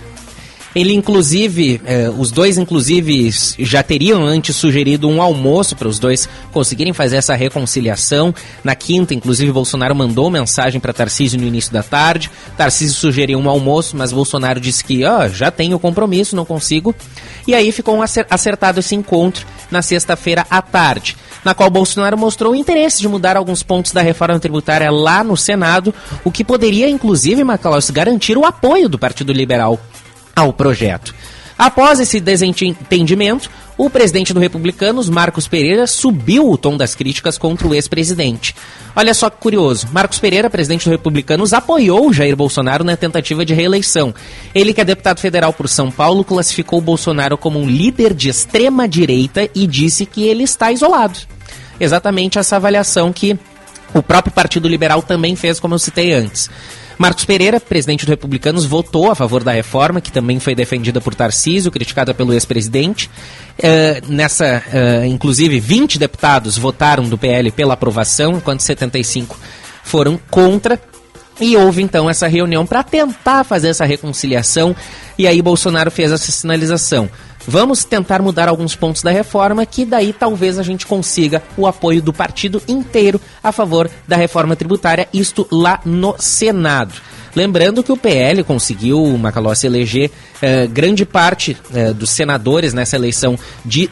Os dois inclusive já teriam antes sugerido um almoço para os dois conseguirem fazer essa reconciliação. Na quinta, inclusive, Bolsonaro mandou mensagem para Tarcísio no início da tarde. Tarcísio sugeriu um almoço, mas Bolsonaro disse que já tenho compromisso, não consigo. E aí ficou acertado esse encontro na sexta-feira à tarde, na qual Bolsonaro mostrou o interesse de mudar alguns pontos da reforma tributária lá no Senado, o que poderia, inclusive, Macalossi, garantir o apoio do Partido Liberal ao projeto. Após esse desentendimento, o presidente do Republicanos, Marcos Pereira, subiu o tom das críticas contra o ex-presidente. Olha só que curioso, Marcos Pereira, presidente do Republicanos, apoiou Jair Bolsonaro na tentativa de reeleição. Ele, que é deputado federal por São Paulo, classificou Bolsonaro como um líder de extrema-direita e disse que ele está isolado. Exatamente essa avaliação que o próprio Partido Liberal também fez, como eu citei antes. Marcos Pereira, presidente do Republicanos, votou a favor da reforma, que também foi defendida por Tarcísio, criticada pelo ex-presidente. Inclusive, 20 deputados votaram do PL pela aprovação, enquanto 75 foram contra. E houve, então, essa reunião para tentar fazer essa reconciliação. E aí Bolsonaro fez essa sinalização. Vamos tentar mudar alguns pontos da reforma, que daí talvez a gente consiga o apoio do partido inteiro a favor da reforma tributária, isto lá no Senado. Lembrando que o PL conseguiu, Macalossi, eleger grande parte dos senadores nessa eleição de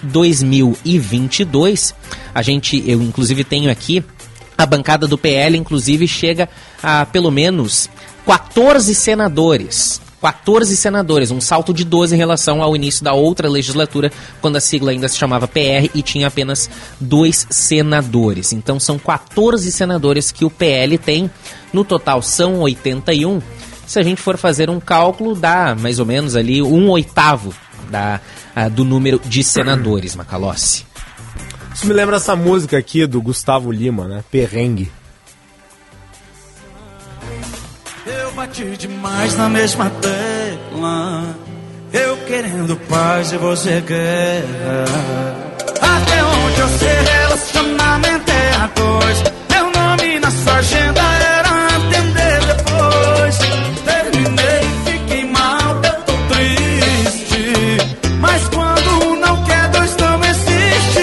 2022. Eu inclusive tenho aqui, a bancada do PL inclusive chega a pelo menos 14 senadores. 14 senadores, um salto de 12 em relação ao início da outra legislatura, quando a sigla ainda se chamava PR e tinha apenas 2 senadores. Então são 14 senadores que o PL tem, no total são 81. Se a gente for fazer um cálculo, dá mais ou menos ali 1/8 do número de senadores, Macalossi. Isso me lembra essa música aqui do Gustavo Lima, né? Perrengue. bate demais na mesma tecla. Eu querendo paz e você guerra. Até onde eu sei, relacionamento é a dois. Meu nome na sua agenda era atender depois. Terminei, fiquei mal, eu tô triste. Mas quando um não quer, dois não existe.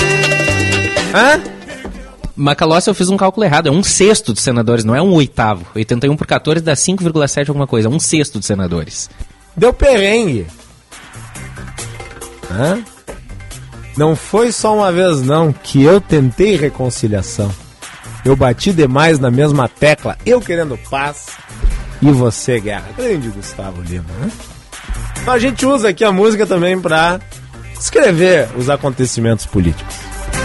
Macalossi, eu fiz um cálculo errado. É 1/6 dos senadores, não é 1/8. 81 por 14 dá 5,7 alguma coisa. 1/6 dos senadores. Deu perrengue. Não foi só uma vez, não, que eu tentei reconciliação. Eu bati demais na mesma tecla, eu querendo paz e você guerra. Grande Gustavo Lima, né? Então a gente usa aqui a música também para descrever os acontecimentos políticos.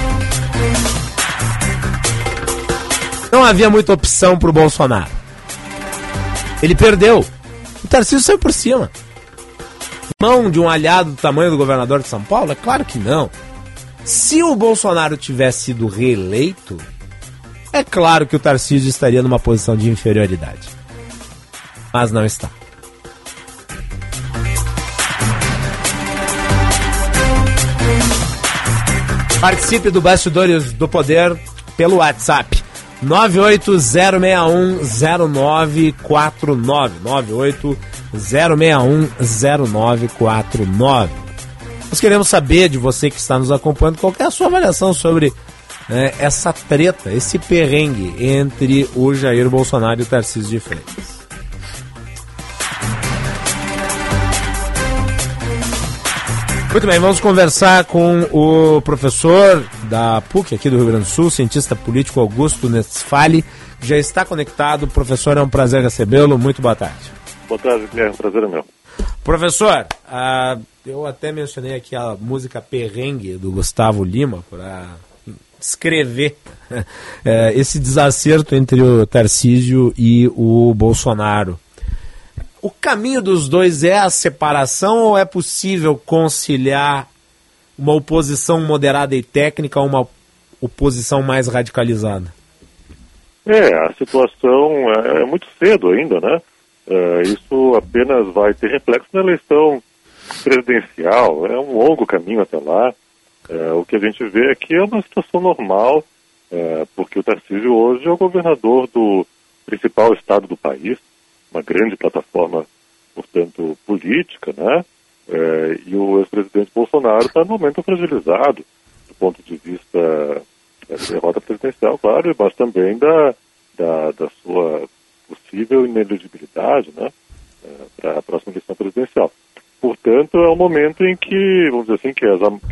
Não havia muita opção pro Bolsonaro. Ele perdeu. O Tarcísio saiu por cima. Mão de um aliado do tamanho do governador de São Paulo? É claro que não. Se o Bolsonaro tivesse sido reeleito, é claro que o Tarcísio estaria numa posição de inferioridade. Mas não está. Participe do Bastidores do Poder pelo WhatsApp 980610949 980610949. Nós queremos saber de você que está nos acompanhando qual é a sua avaliação sobre essa treta, esse perrengue entre o Jair Bolsonaro e o Tarcísio de Freitas. Muito bem, vamos conversar com o professor da PUC aqui do Rio Grande do Sul, cientista político Augusto Nesfali, que já está conectado. Professor, é um prazer recebê-lo. Muito boa tarde. Boa tarde, Guilherme. Prazer é meu. Professor, eu até mencionei aqui a música Perrengue do Gustavo Lima para descrever esse desacerto entre o Tarcísio e o Bolsonaro. O caminho dos dois é a separação ou é possível conciliar uma oposição moderada e técnica a uma oposição mais radicalizada? A situação é muito cedo ainda, né? Isso apenas vai ter reflexo na eleição presidencial. É um longo caminho até lá. O que a gente vê aqui é uma situação normal, porque o Tarcísio hoje é o governador do principal estado do país, uma grande plataforma, portanto, política, né? E o ex-presidente Bolsonaro está no momento fragilizado do ponto de vista da derrota presidencial, claro, mas também da sua possível inelegibilidade, né? Para a próxima eleição presidencial. Portanto, é um momento em que, vamos dizer assim, que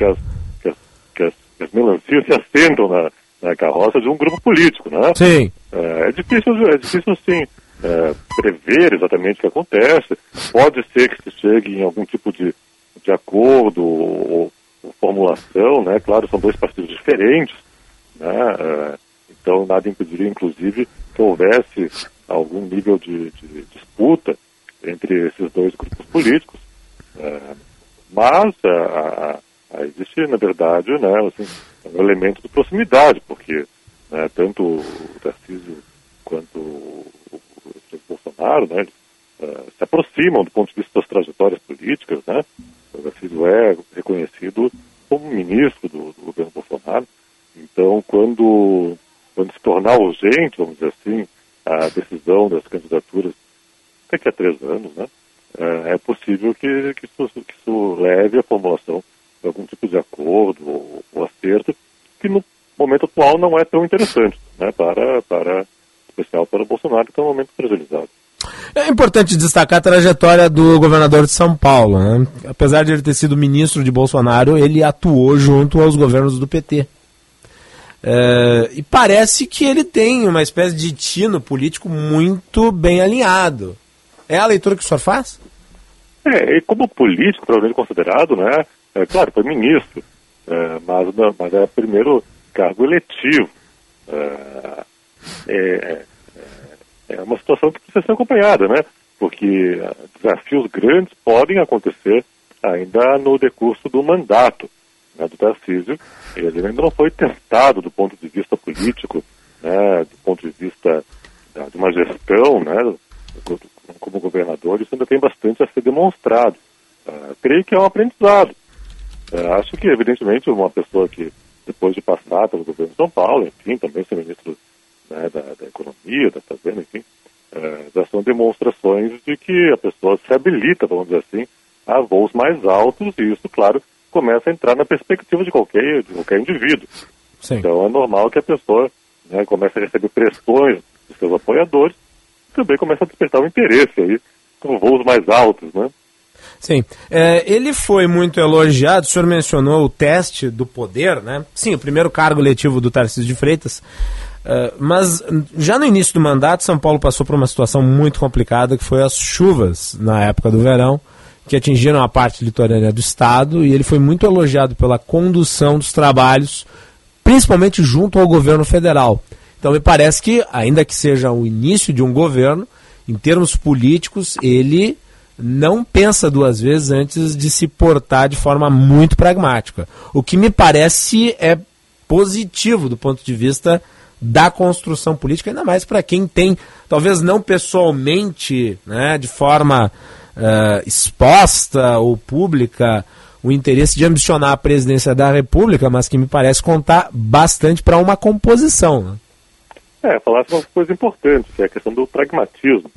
as melancias se assentam na carroça de um grupo político, né? Sim. É difícil assim, prever exatamente o que acontece. Pode ser que se chegue em algum tipo de acordo ou formulação, né? Claro, são dois partidos diferentes, né? Então nada impediria, inclusive, que houvesse algum nível de disputa entre esses dois grupos políticos. Mas existe, na verdade, né, assim, um elemento de proximidade, porque tanto o Tarcísio quanto o Bolsonaro, né, se aproximam do ponto de vista das trajetórias políticas, né? O Tarcísio é reconhecido como ministro do governo Bolsonaro. Então, quando se tornar urgente, vamos dizer assim, a decisão das candidaturas daqui a 3 anos, né, é possível que isso leve à formulação de algum tipo de acordo ou acerto, que no momento atual não é tão interessante, né, especial para o Bolsonaro, que está um momento fragilizado. É importante destacar a trajetória do governador de São Paulo, né? Apesar de ele ter sido ministro de Bolsonaro, ele atuou junto aos governos do PT. E parece que ele tem uma espécie de tino político muito bem alinhado. É a leitura que o senhor faz? E como político, provavelmente considerado, né? Claro, foi ministro, mas é primeiro cargo eletivo. É uma situação que precisa ser acompanhada, né? Porque desafios grandes podem acontecer ainda no decurso do mandato, né, do Tarcísio. Ele ainda não foi testado do ponto de vista político, né, do ponto de vista de uma gestão, né, como governador, isso ainda tem bastante a ser demonstrado. Creio que é um aprendizado. Acho que, evidentemente, uma pessoa que, depois de passar pelo governo de São Paulo, enfim, também ser ministro, né, da Economia, da Fazenda, enfim, já são demonstrações de que a pessoa se habilita, vamos dizer assim, a voos mais altos, e isso, claro, começa a entrar na perspectiva de qualquer indivíduo. Sim. Então é normal que a pessoa, né, comece a receber pressões de seus apoiadores, e também começa a despertar um interesse aí com voos mais altos, né? Sim, ele foi muito elogiado, o senhor mencionou o teste do poder, né? Sim, o primeiro cargo letivo do Tarcísio de Freitas, mas já no início do mandato, São Paulo passou por uma situação muito complicada, que foi as chuvas na época do verão, que atingiram a parte litorânea do estado, e ele foi muito elogiado pela condução dos trabalhos, principalmente junto ao governo federal. Então me parece que, ainda que seja o início de um governo, em termos políticos, ele não pensa duas vezes antes de se portar de forma muito pragmática. O que me parece é positivo do ponto de vista da construção política, ainda mais para quem tem, talvez não pessoalmente, né, de forma exposta ou pública, o interesse de ambicionar a presidência da República, mas que me parece contar bastante para uma composição. Né? Falasse uma coisa importante, que é a questão do pragmatismo.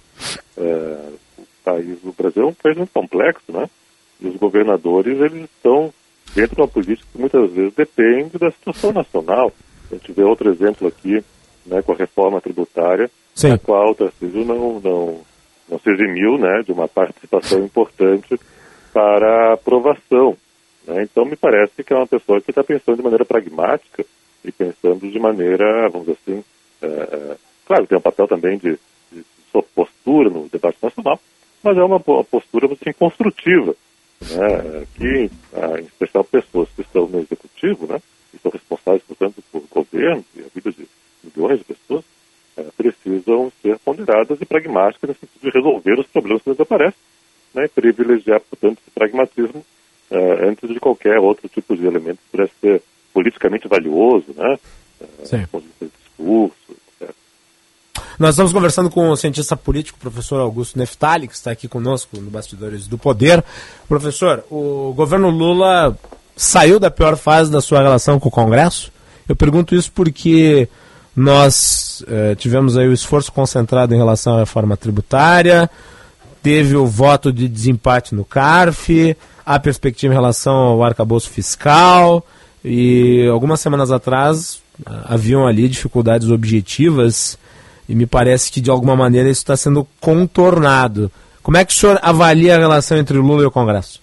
O Brasil é um país muito complexo, né? E os governadores, eles estão dentro de uma política que muitas vezes depende da situação nacional. A gente vê outro exemplo aqui, né, com a reforma tributária, Sim. na qual o Tarcísio não se eximiu, né, de uma participação importante para a aprovação. Né? Então, me parece que é uma pessoa que está pensando de maneira pragmática e pensando de maneira, vamos dizer assim, claro, tem um papel também de sua postura no debate nacional, mas é uma postura assim, construtiva, né, que, em especial, pessoas que estão no executivo, né, e são responsáveis, portanto, por governo e a vida de milhões de pessoas, precisam ser ponderadas e pragmáticas no sentido de resolver os problemas que nos aparecem, né, e privilegiar, portanto, esse pragmatismo antes de qualquer outro tipo de elemento que pudesse ser politicamente valioso, né, discurso, etc. Nós estamos conversando com o cientista político, o professor Augusto Neftali, que está aqui conosco no Bastidores do Poder. Professor, o governo Lula saiu da pior fase da sua relação com o Congresso? Eu pergunto isso porque nós tivemos aí o esforço concentrado em relação à reforma tributária, teve o voto de desempate no CARF, a perspectiva em relação ao arcabouço fiscal, e algumas semanas atrás haviam ali dificuldades objetivas, e me parece que de alguma maneira isso está sendo contornado. Como é que o senhor avalia a relação entre o Lula e o Congresso?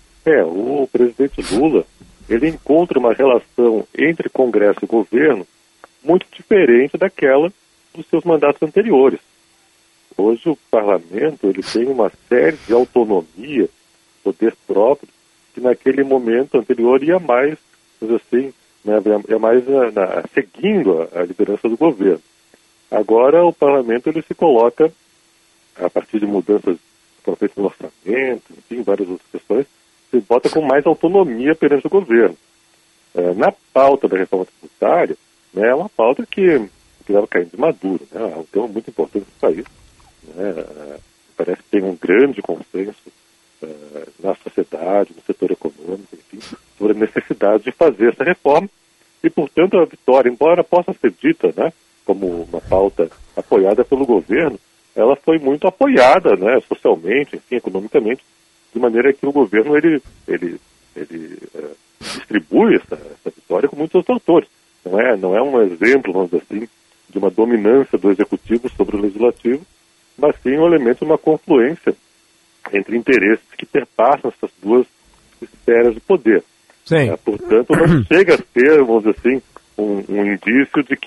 O presidente Lula, ele encontra uma relação entre Congresso e governo muito diferente daquela dos seus mandatos anteriores. Hoje o parlamento ele tem uma série de autonomia, poder próprio, que naquele momento anterior ia mais, assim, né, ia mais seguindo a liderança do governo. Agora o parlamento ele se coloca, a partir de mudanças que foram feitas no orçamento, enfim, várias outras questões, se bota com mais autonomia perante o governo. Na pauta da reforma tributária, né, é uma pauta que estava caindo de maduro, né, é um tema muito importante para o país. Né, parece que tem um grande consenso na sociedade, no setor econômico, enfim, sobre a necessidade de fazer essa reforma e, portanto, a vitória, embora possa ser dita, né, como uma pauta apoiada pelo governo, ela foi muito apoiada, né, socialmente, enfim, economicamente, de maneira que o governo ele distribui essa vitória com muitos outros autores. Não é um exemplo, vamos dizer assim, de uma dominância do executivo sobre o legislativo, mas sim um elemento de uma confluência entre interesses que perpassam essas duas esferas de poder. Sim. Portanto, não chega a ser, vamos dizer assim, um indício de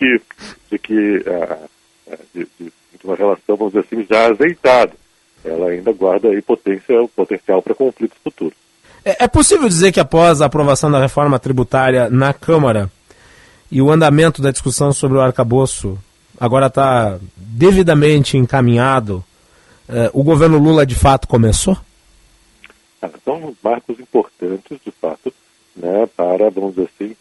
uma relação, vamos dizer assim, já azeitada. Ela ainda guarda aí potencial para conflitos futuros. É possível dizer que após a aprovação da reforma tributária na Câmara e o andamento da discussão sobre o arcabouço agora está devidamente encaminhado, o governo Lula de fato começou? São marcos importantes, de fato, né, para, vamos dizer assim,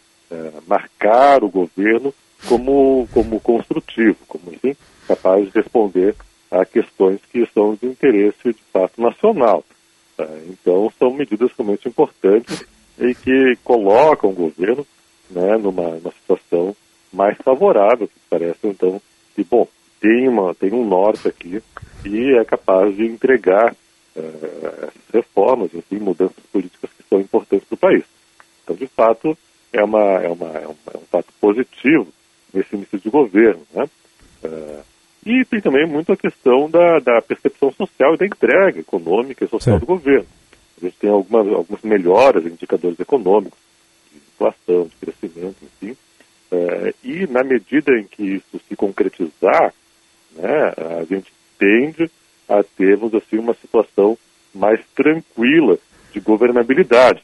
marcar o governo como construtivo, como, enfim, capaz de responder a questões que são de interesse de fato nacional. Então, são medidas realmente importantes e que colocam o governo, né, numa situação mais favorável, que parece, então, que, bom, tem um norte aqui e é capaz de entregar essas reformas, assim, mudanças políticas que são importantes para o país. Então, de fato, é um fato positivo nesse início de governo, né? E tem também muito a questão da percepção social e da entrega econômica e social do governo. A gente tem algumas melhoras em indicadores econômicos, de inflação, de crescimento, enfim. E na medida em que isso se concretizar, né, a gente tende a termos assim, uma situação mais tranquila de governabilidade.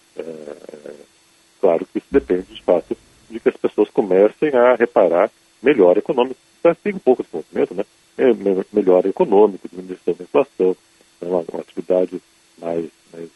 Claro que isso depende, de fato, de que as pessoas comecem a reparar melhor econômico. Tem um pouco de conhecimento, né? Melhor econômico, diminuição da inflação, uma atividade mais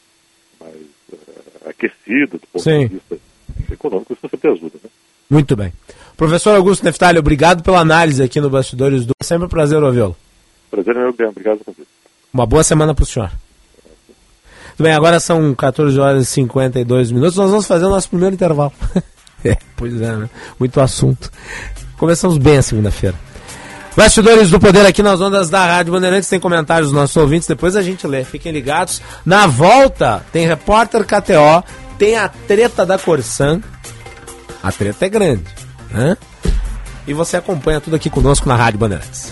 aquecida do ponto de vista econômico, isso sempre ajuda, né? Muito bem. Professor Augusto Neftali, obrigado pela análise aqui no Bastidores do... Sempre um prazer ouvi-lo. Prazer é meu, bem. Obrigado por isso. Uma boa semana para o senhor. Muito bem, agora são 14 horas e 52 minutos. Nós vamos fazer o nosso primeiro intervalo. Pois é, né? Muito assunto. Começamos bem a segunda-feira. Bastidores do Poder aqui nas ondas da Rádio Bandeirantes. Tem comentários dos nossos ouvintes, depois a gente lê. Fiquem ligados. Na volta, tem Repórter KTO, tem a treta da Corsan. A treta é grande, né? E você acompanha tudo aqui conosco na Rádio Bandeirantes.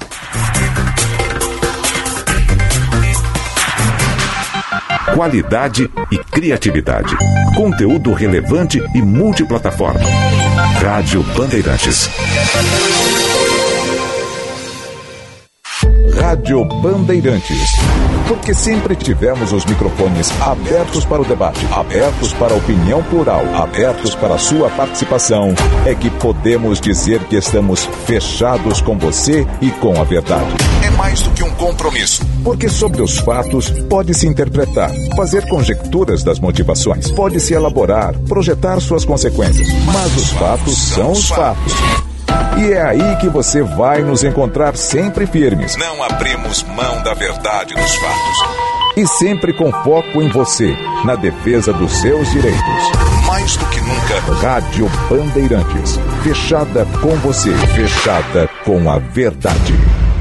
Qualidade e criatividade. Conteúdo relevante e multiplataforma. Rádio Bandeirantes. Rádio Bandeirantes. Porque sempre tivemos os microfones abertos para o debate, abertos para a opinião plural, abertos para a sua participação, é que podemos dizer que estamos fechados com você e com a verdade. É mais do que um compromisso. Porque sobre os fatos pode-se interpretar, fazer conjecturas das motivações, pode-se elaborar, projetar suas consequências. Mas os fatos são os fatos. E é aí que você vai nos encontrar sempre firmes. Não abrimos mão da verdade dos fatos. E sempre com foco em você, na defesa dos seus direitos. Mais do que nunca, Rádio Bandeirantes. Fechada com você, fechada com a verdade.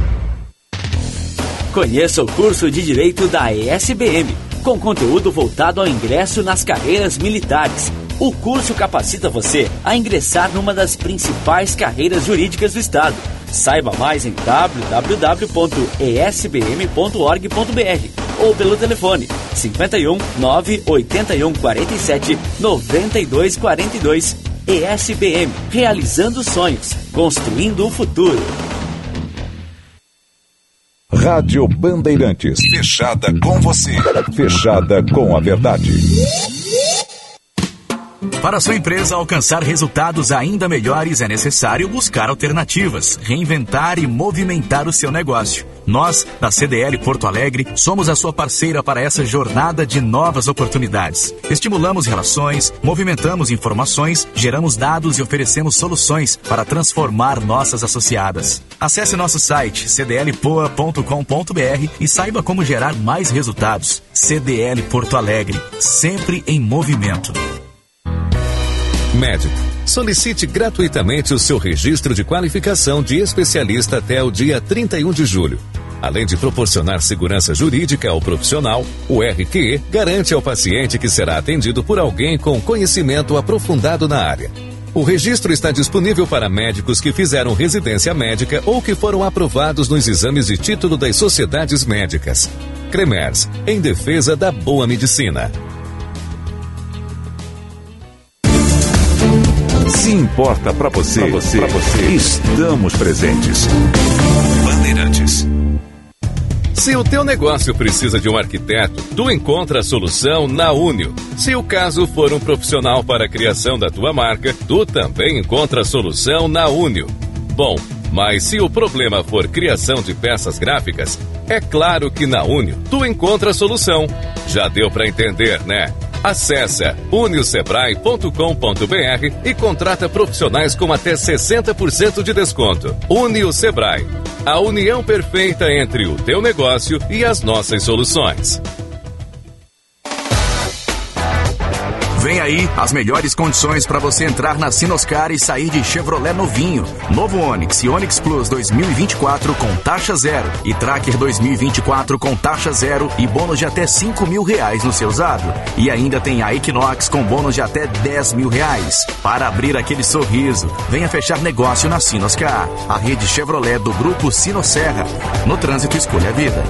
Conheça o curso de Direito da ESBM, com conteúdo voltado ao ingresso nas carreiras militares. O curso capacita você a ingressar numa das principais carreiras jurídicas do Estado. Saiba mais em www.esbm.org.br ou pelo telefone 51 981 47 92 42. ESBM, realizando sonhos, construindo o futuro. Rádio Bandeirantes. Fechada com você. Fechada com a verdade. Para sua empresa alcançar resultados ainda melhores, é necessário buscar alternativas, reinventar e movimentar o seu negócio. Nós, da CDL Porto Alegre, somos a sua parceira para essa jornada de novas oportunidades. Estimulamos relações, movimentamos informações, geramos dados e oferecemos soluções para transformar nossas associadas. Acesse nosso site cdlpoa.com.br e saiba como gerar mais resultados. CDL Porto Alegre, sempre em movimento. Médico. Solicite gratuitamente o seu registro de qualificação de especialista até o dia 31 de julho. Além de proporcionar segurança jurídica ao profissional, o RQE garante ao paciente que será atendido por alguém com conhecimento aprofundado na área. O registro está disponível para médicos que fizeram residência médica ou que foram aprovados nos exames de título das sociedades médicas. Cremers, em defesa da boa medicina. Se importa para você, estamos presentes. Bandeirantes. Se o teu negócio precisa de um arquiteto, tu encontra a solução na Unio. Se o caso for um profissional para a criação da tua marca, tu também encontra a solução na Unio. Bom, mas se o problema for criação de peças gráficas, é claro que na Unio tu encontra a solução. Já deu para entender, né? Acesse uniosebrae.com.br e contrata profissionais com até 60% de desconto. Uniosebrae, a união perfeita entre o teu negócio e as nossas soluções. Vem aí as melhores condições para você entrar na Sinoscar e sair de Chevrolet novinho. Novo Onix e Onix Plus 2024 com taxa zero e Tracker 2024 com taxa zero e bônus de até R$5.000 no seu usado. E ainda tem a Equinox com bônus de até R$10.000. Para abrir aquele sorriso, venha fechar negócio na Sinoscar, a rede Chevrolet do Grupo Sinosserra. No trânsito, escolha a vida.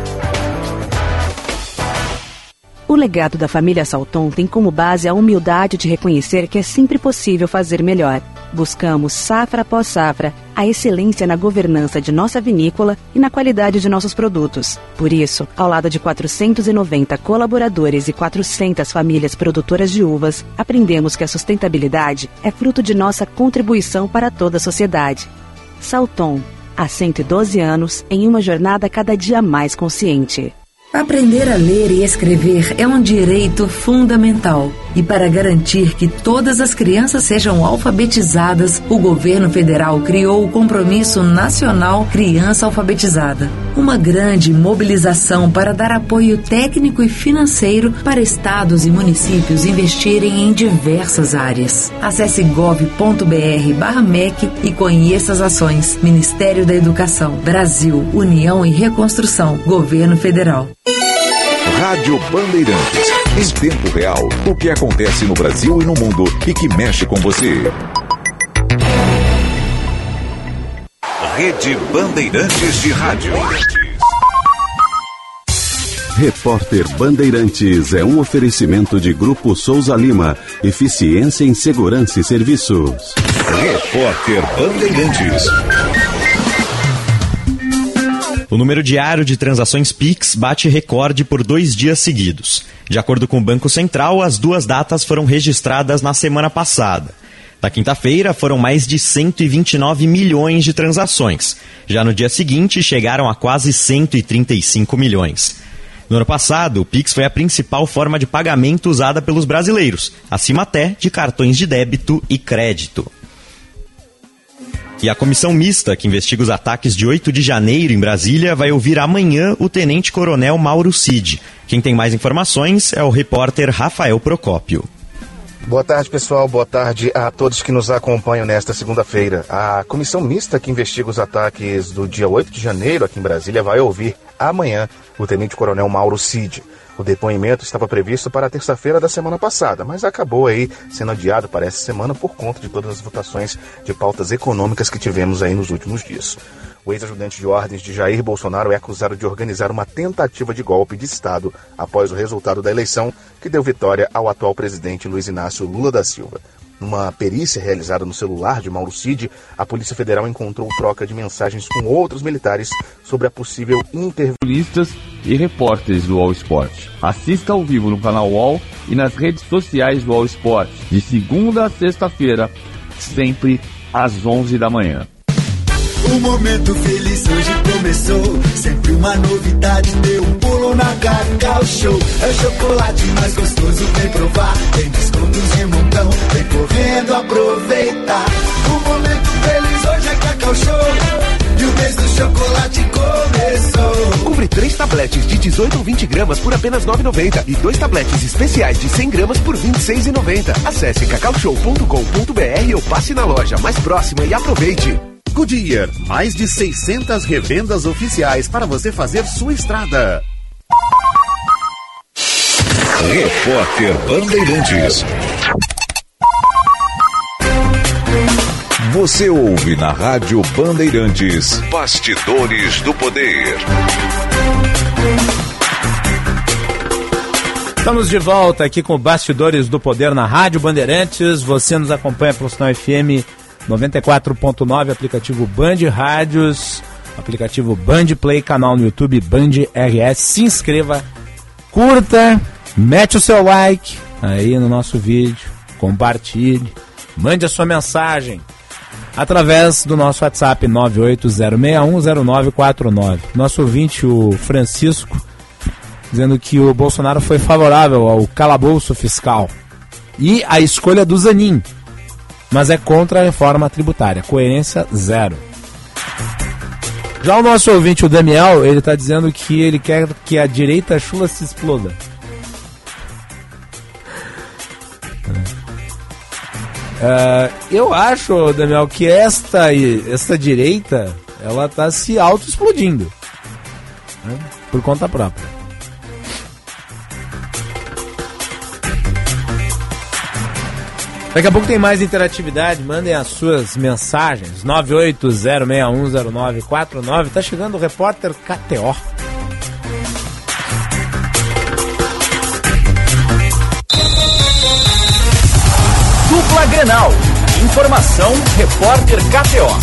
O legado da família Salton tem como base a humildade de reconhecer que é sempre possível fazer melhor. Buscamos, safra após safra, a excelência na governança de nossa vinícola e na qualidade de nossos produtos. Por isso, ao lado de 490 colaboradores e 400 famílias produtoras de uvas, aprendemos que a sustentabilidade é fruto de nossa contribuição para toda a sociedade. Salton, há 112 anos, em uma jornada cada dia mais consciente. Aprender a ler e escrever é um direito fundamental. E para garantir que todas as crianças sejam alfabetizadas, o governo federal criou o Compromisso Nacional Criança Alfabetizada. Uma grande mobilização para dar apoio técnico e financeiro para estados e municípios investirem em diversas áreas. Acesse gov.br/MEC e conheça as ações. Ministério da Educação, Brasil, União e Reconstrução, Governo Federal. Rádio Bandeirantes. Em tempo real, o que acontece no Brasil e no mundo e que mexe com você. Rede Bandeirantes de Rádio. Repórter Bandeirantes é um oferecimento de Grupo Souza Lima. Eficiência em Segurança e Serviços. Repórter Bandeirantes. O número diário de transações Pix bate recorde por 2 dias seguidos. De acordo com o Banco Central, as 2 datas foram registradas na semana passada. Na quinta-feira, foram mais de 129 milhões de transações. Já no dia seguinte, chegaram a quase 135 milhões. No ano passado, o Pix foi a principal forma de pagamento usada pelos brasileiros, acima até de cartões de débito e crédito. E a comissão mista que investiga os ataques de 8 de janeiro em Brasília vai ouvir amanhã o tenente-coronel Mauro Cid. Quem tem mais informações é o repórter Rafael Procópio. Boa tarde, pessoal. Boa tarde a todos que nos acompanham nesta segunda-feira. A comissão mista que investiga os ataques do dia 8 de janeiro aqui em Brasília vai ouvir amanhã o tenente-coronel Mauro Cid. O depoimento estava previsto para a terça-feira da semana passada, mas acabou aí sendo adiado para essa semana por conta de todas as votações de pautas econômicas que tivemos aí nos últimos dias. O ex-ajudante de ordens de Jair Bolsonaro é acusado de organizar uma tentativa de golpe de Estado após o resultado da eleição que deu vitória ao atual presidente Luiz Inácio Lula da Silva. Numa perícia realizada no celular de Mauro Cid, a Polícia Federal encontrou troca de mensagens com outros militares sobre a possível intervenção e repórteres do All Sport. Assista ao vivo no canal UOL e nas redes sociais do All Sport, de segunda a sexta-feira, sempre às 11 da manhã. O momento feliz hoje começou. Sempre uma novidade, deu um pulo na Cacau Show. É o chocolate mais gostoso, vem provar. Tem descontos de montão, vem correndo aproveitar. O momento feliz hoje é Cacau Show. E o mês do chocolate começou. Compre 3 tabletes de 18 ou 20 gramas por apenas R$ 9,90 e 2 tabletes especiais de 100 gramas por R$ 26,90. Acesse cacaushow.com.br ou passe na loja mais próxima e aproveite. Goodyear, mais de 600 revendas oficiais para você fazer sua estrada. Repórter Bandeirantes. Você ouve na Rádio Bandeirantes Bastidores do Poder. Estamos de volta aqui com Bastidores do Poder na Rádio Bandeirantes. Você nos acompanha pelo sinal FM 94.9, aplicativo Band Rádios, aplicativo Band Play, canal no YouTube Band RS. Se inscreva, curta, mete o seu like aí no nosso vídeo, compartilhe, mande a sua mensagem através do nosso WhatsApp 980610949. Nosso ouvinte, o Francisco, dizendo que o Bolsonaro foi favorável ao calabouço fiscal e à escolha do Zanin, mas é contra a reforma tributária. Coerência zero. Já o nosso ouvinte, o Daniel, ele está dizendo que ele quer que a direita chula se exploda. Eu acho, Daniel, que esta direita, ela está se auto-explodindo, né, por conta própria. Daqui a pouco tem mais interatividade, mandem as suas mensagens, 980610949, tá chegando o repórter KTO. Dupla Grenal, informação, repórter KTO.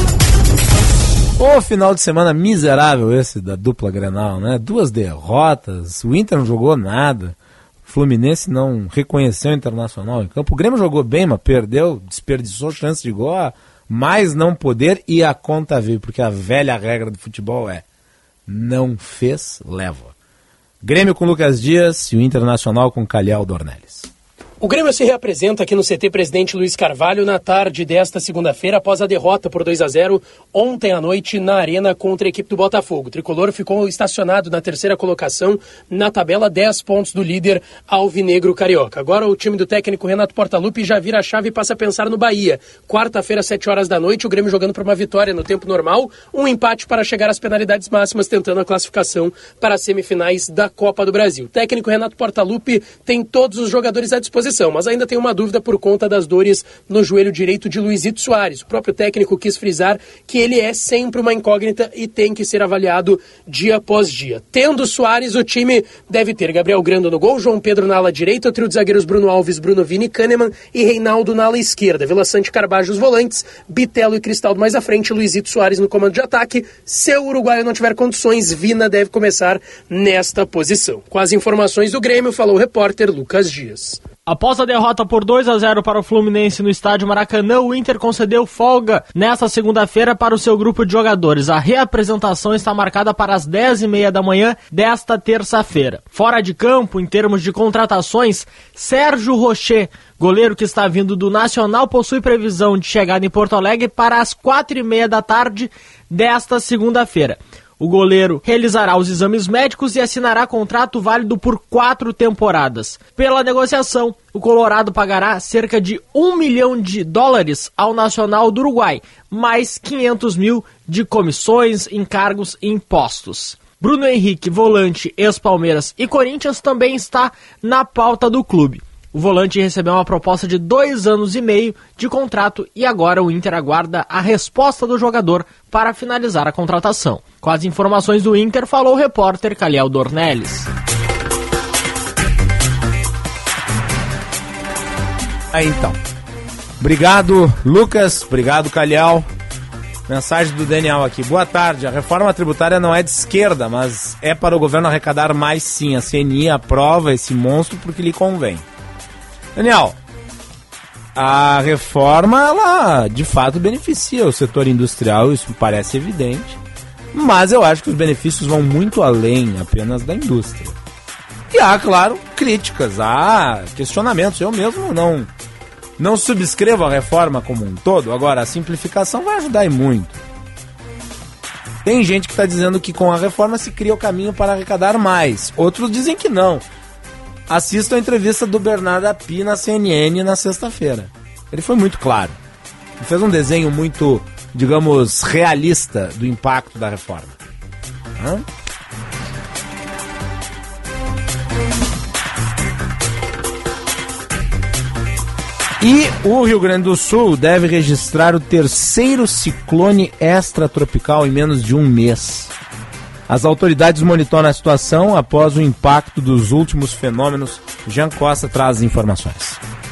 O final de semana miserável esse da dupla Grenal, né? 2 derrotas, o Inter não jogou nada. O Fluminense não reconheceu o Internacional em campo. O Grêmio jogou bem, mas perdeu, desperdiçou chance de gol, mas não poder, e a conta veio, porque a velha regra do futebol é: não fez, leva. Grêmio com Lucas Dias e o Internacional com Calhau Dornelles. O Grêmio se reapresenta aqui no CT Presidente Luiz Carvalho na tarde desta segunda-feira após a derrota por 2-0 ontem à noite na Arena contra a equipe do Botafogo. O tricolor ficou estacionado na terceira colocação na tabela, 10 pontos do líder alvinegro carioca. Agora o time do técnico Renato Portaluppi já vira a chave e passa a pensar no Bahia. Quarta-feira, 7 horas da noite, o Grêmio jogando para uma vitória no tempo normal, um empate para chegar às penalidades máximas, tentando a classificação para as semifinais da Copa do Brasil. O técnico Renato Portaluppi tem todos os jogadores à disposição, mas ainda tem uma dúvida por conta das dores no joelho direito de Luizito Soares. O próprio técnico quis frisar que ele é sempre uma incógnita e tem que ser avaliado dia após dia. Tendo Soares, o time deve ter Gabriel Grando no gol, João Pedro na ala direita, o trio de zagueiros Bruno Alves, Bruno Vini, Kahneman e Reinaldo na ala esquerda, Vila Sante, Carbajo os volantes, Bitelo e Cristaldo mais à frente, Luizito Soares no comando de ataque. Se o uruguaio não tiver condições, Vina deve começar nesta posição. Com as informações do Grêmio, falou o repórter Lucas Dias. Após a derrota por 2-0 para o Fluminense no estádio Maracanã, o Inter concedeu folga nesta segunda-feira para o seu grupo de jogadores. A reapresentação está marcada para as 10h30 da manhã desta terça-feira. Fora de campo, em termos de contratações, Sérgio Rocher, goleiro que está vindo do Nacional, possui previsão de chegada em Porto Alegre para as 4h30 da tarde desta segunda-feira. O goleiro realizará os exames médicos e assinará contrato válido por 4 temporadas. Pela negociação, o Colorado pagará cerca de $1 milhão ao Nacional do Uruguai, mais 500 mil de comissões, encargos e impostos. Bruno Henrique, volante, ex-Palmeiras e Corinthians, também está na pauta do clube. O volante recebeu uma proposta de 2 anos e meio de contrato e agora o Inter aguarda a resposta do jogador para finalizar a contratação. Com as informações do Inter, falou o repórter Calhau Dornelles. Então. Obrigado, Lucas. Obrigado, Calhau. Mensagem do Daniel aqui. Boa tarde. A reforma tributária não é de esquerda, mas é para o governo arrecadar mais sim. A CNI aprova esse monstro porque lhe convém. Daniel, a reforma, ela de fato beneficia o setor industrial, isso parece evidente, mas eu acho que os benefícios vão muito além apenas da indústria. E há, claro, críticas, há questionamentos. Eu mesmo não subscrevo a reforma como um todo. Agora, a simplificação vai ajudar e muito. Tem gente que está dizendo que com a reforma se cria o caminho para arrecadar mais. Outros dizem que não. Assista a entrevista do Bernardo Api na CNN na sexta-feira. Ele foi muito claro. Ele fez um desenho muito, digamos, realista do impacto da reforma. E o Rio Grande do Sul deve registrar o 3º ciclone extratropical em menos de um mês. As autoridades monitoram a situação após o impacto dos últimos fenômenos. Jean Costa traz informações.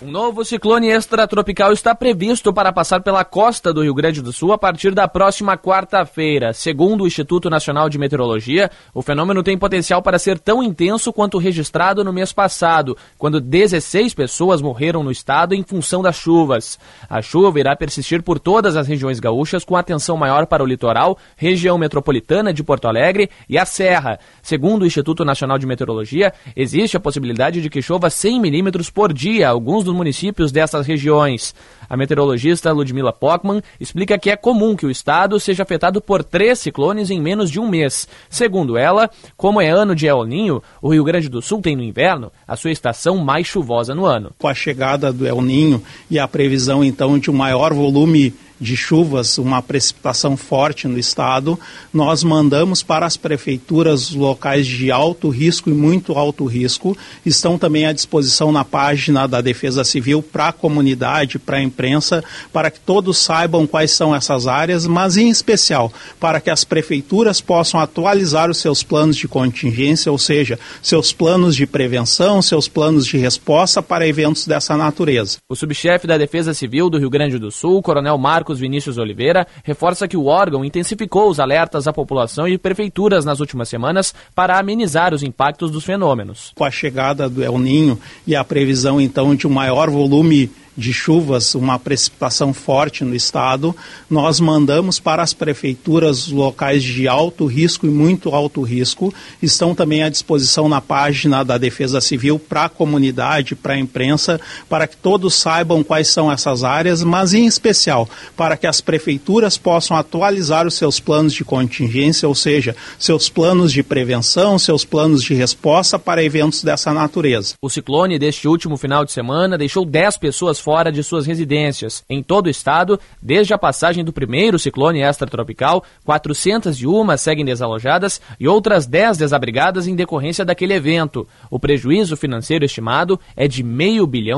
Um novo ciclone extratropical está previsto para passar pela costa do Rio Grande do Sul a partir da próxima quarta-feira. Segundo o Instituto Nacional de Meteorologia, o fenômeno tem potencial para ser tão intenso quanto o registrado no mês passado, quando 16 pessoas morreram no estado em função das chuvas. A chuva irá persistir por todas as regiões gaúchas, com atenção maior para o litoral, região metropolitana de Porto Alegre e a Serra. Segundo o Instituto Nacional de Meteorologia, existe a possibilidade de que chova 100 milímetros por dia, alguns dos municípios dessas regiões. A meteorologista Ludmila Pockmann explica que é comum que o estado seja afetado por 3 ciclones em menos de um mês. Segundo ela, como é ano de El Niño, o Rio Grande do Sul tem no inverno a sua estação mais chuvosa no ano. Com a chegada do El Niño e a previsão então de um maior volume de chuvas, uma precipitação forte no estado, nós mandamos para as prefeituras locais de alto risco e muito alto risco, estão também à disposição na página da Defesa Civil para a comunidade, para a imprensa, para que todos saibam quais são essas áreas, mas em especial para que as prefeituras possam atualizar os seus planos de contingência, ou seja, seus planos de prevenção, seus planos de resposta para eventos dessa natureza. O subchefe da Defesa Civil do Rio Grande do Sul, Coronel Marcos Vinícius Oliveira, reforça que o órgão intensificou os alertas à população e prefeituras nas últimas semanas para amenizar os impactos dos fenômenos. Com a chegada do El Niño e a previsão então de um maior volume de chuvas, uma precipitação forte no estado, nós mandamos para as prefeituras locais de alto risco e muito alto risco, estão também à disposição na página da Defesa Civil para a comunidade, para a imprensa, para que todos saibam quais são essas áreas, mas em especial para que as prefeituras possam atualizar os seus planos de contingência, ou seja, seus planos de prevenção, seus planos de resposta para eventos dessa natureza. O ciclone deste último final de semana deixou 10 pessoas fora de suas residências. Em todo o estado, desde a passagem do primeiro ciclone extratropical, 401 seguem desalojadas e outras 10 desabrigadas em decorrência daquele evento. O prejuízo financeiro estimado é de R$500 bilhão.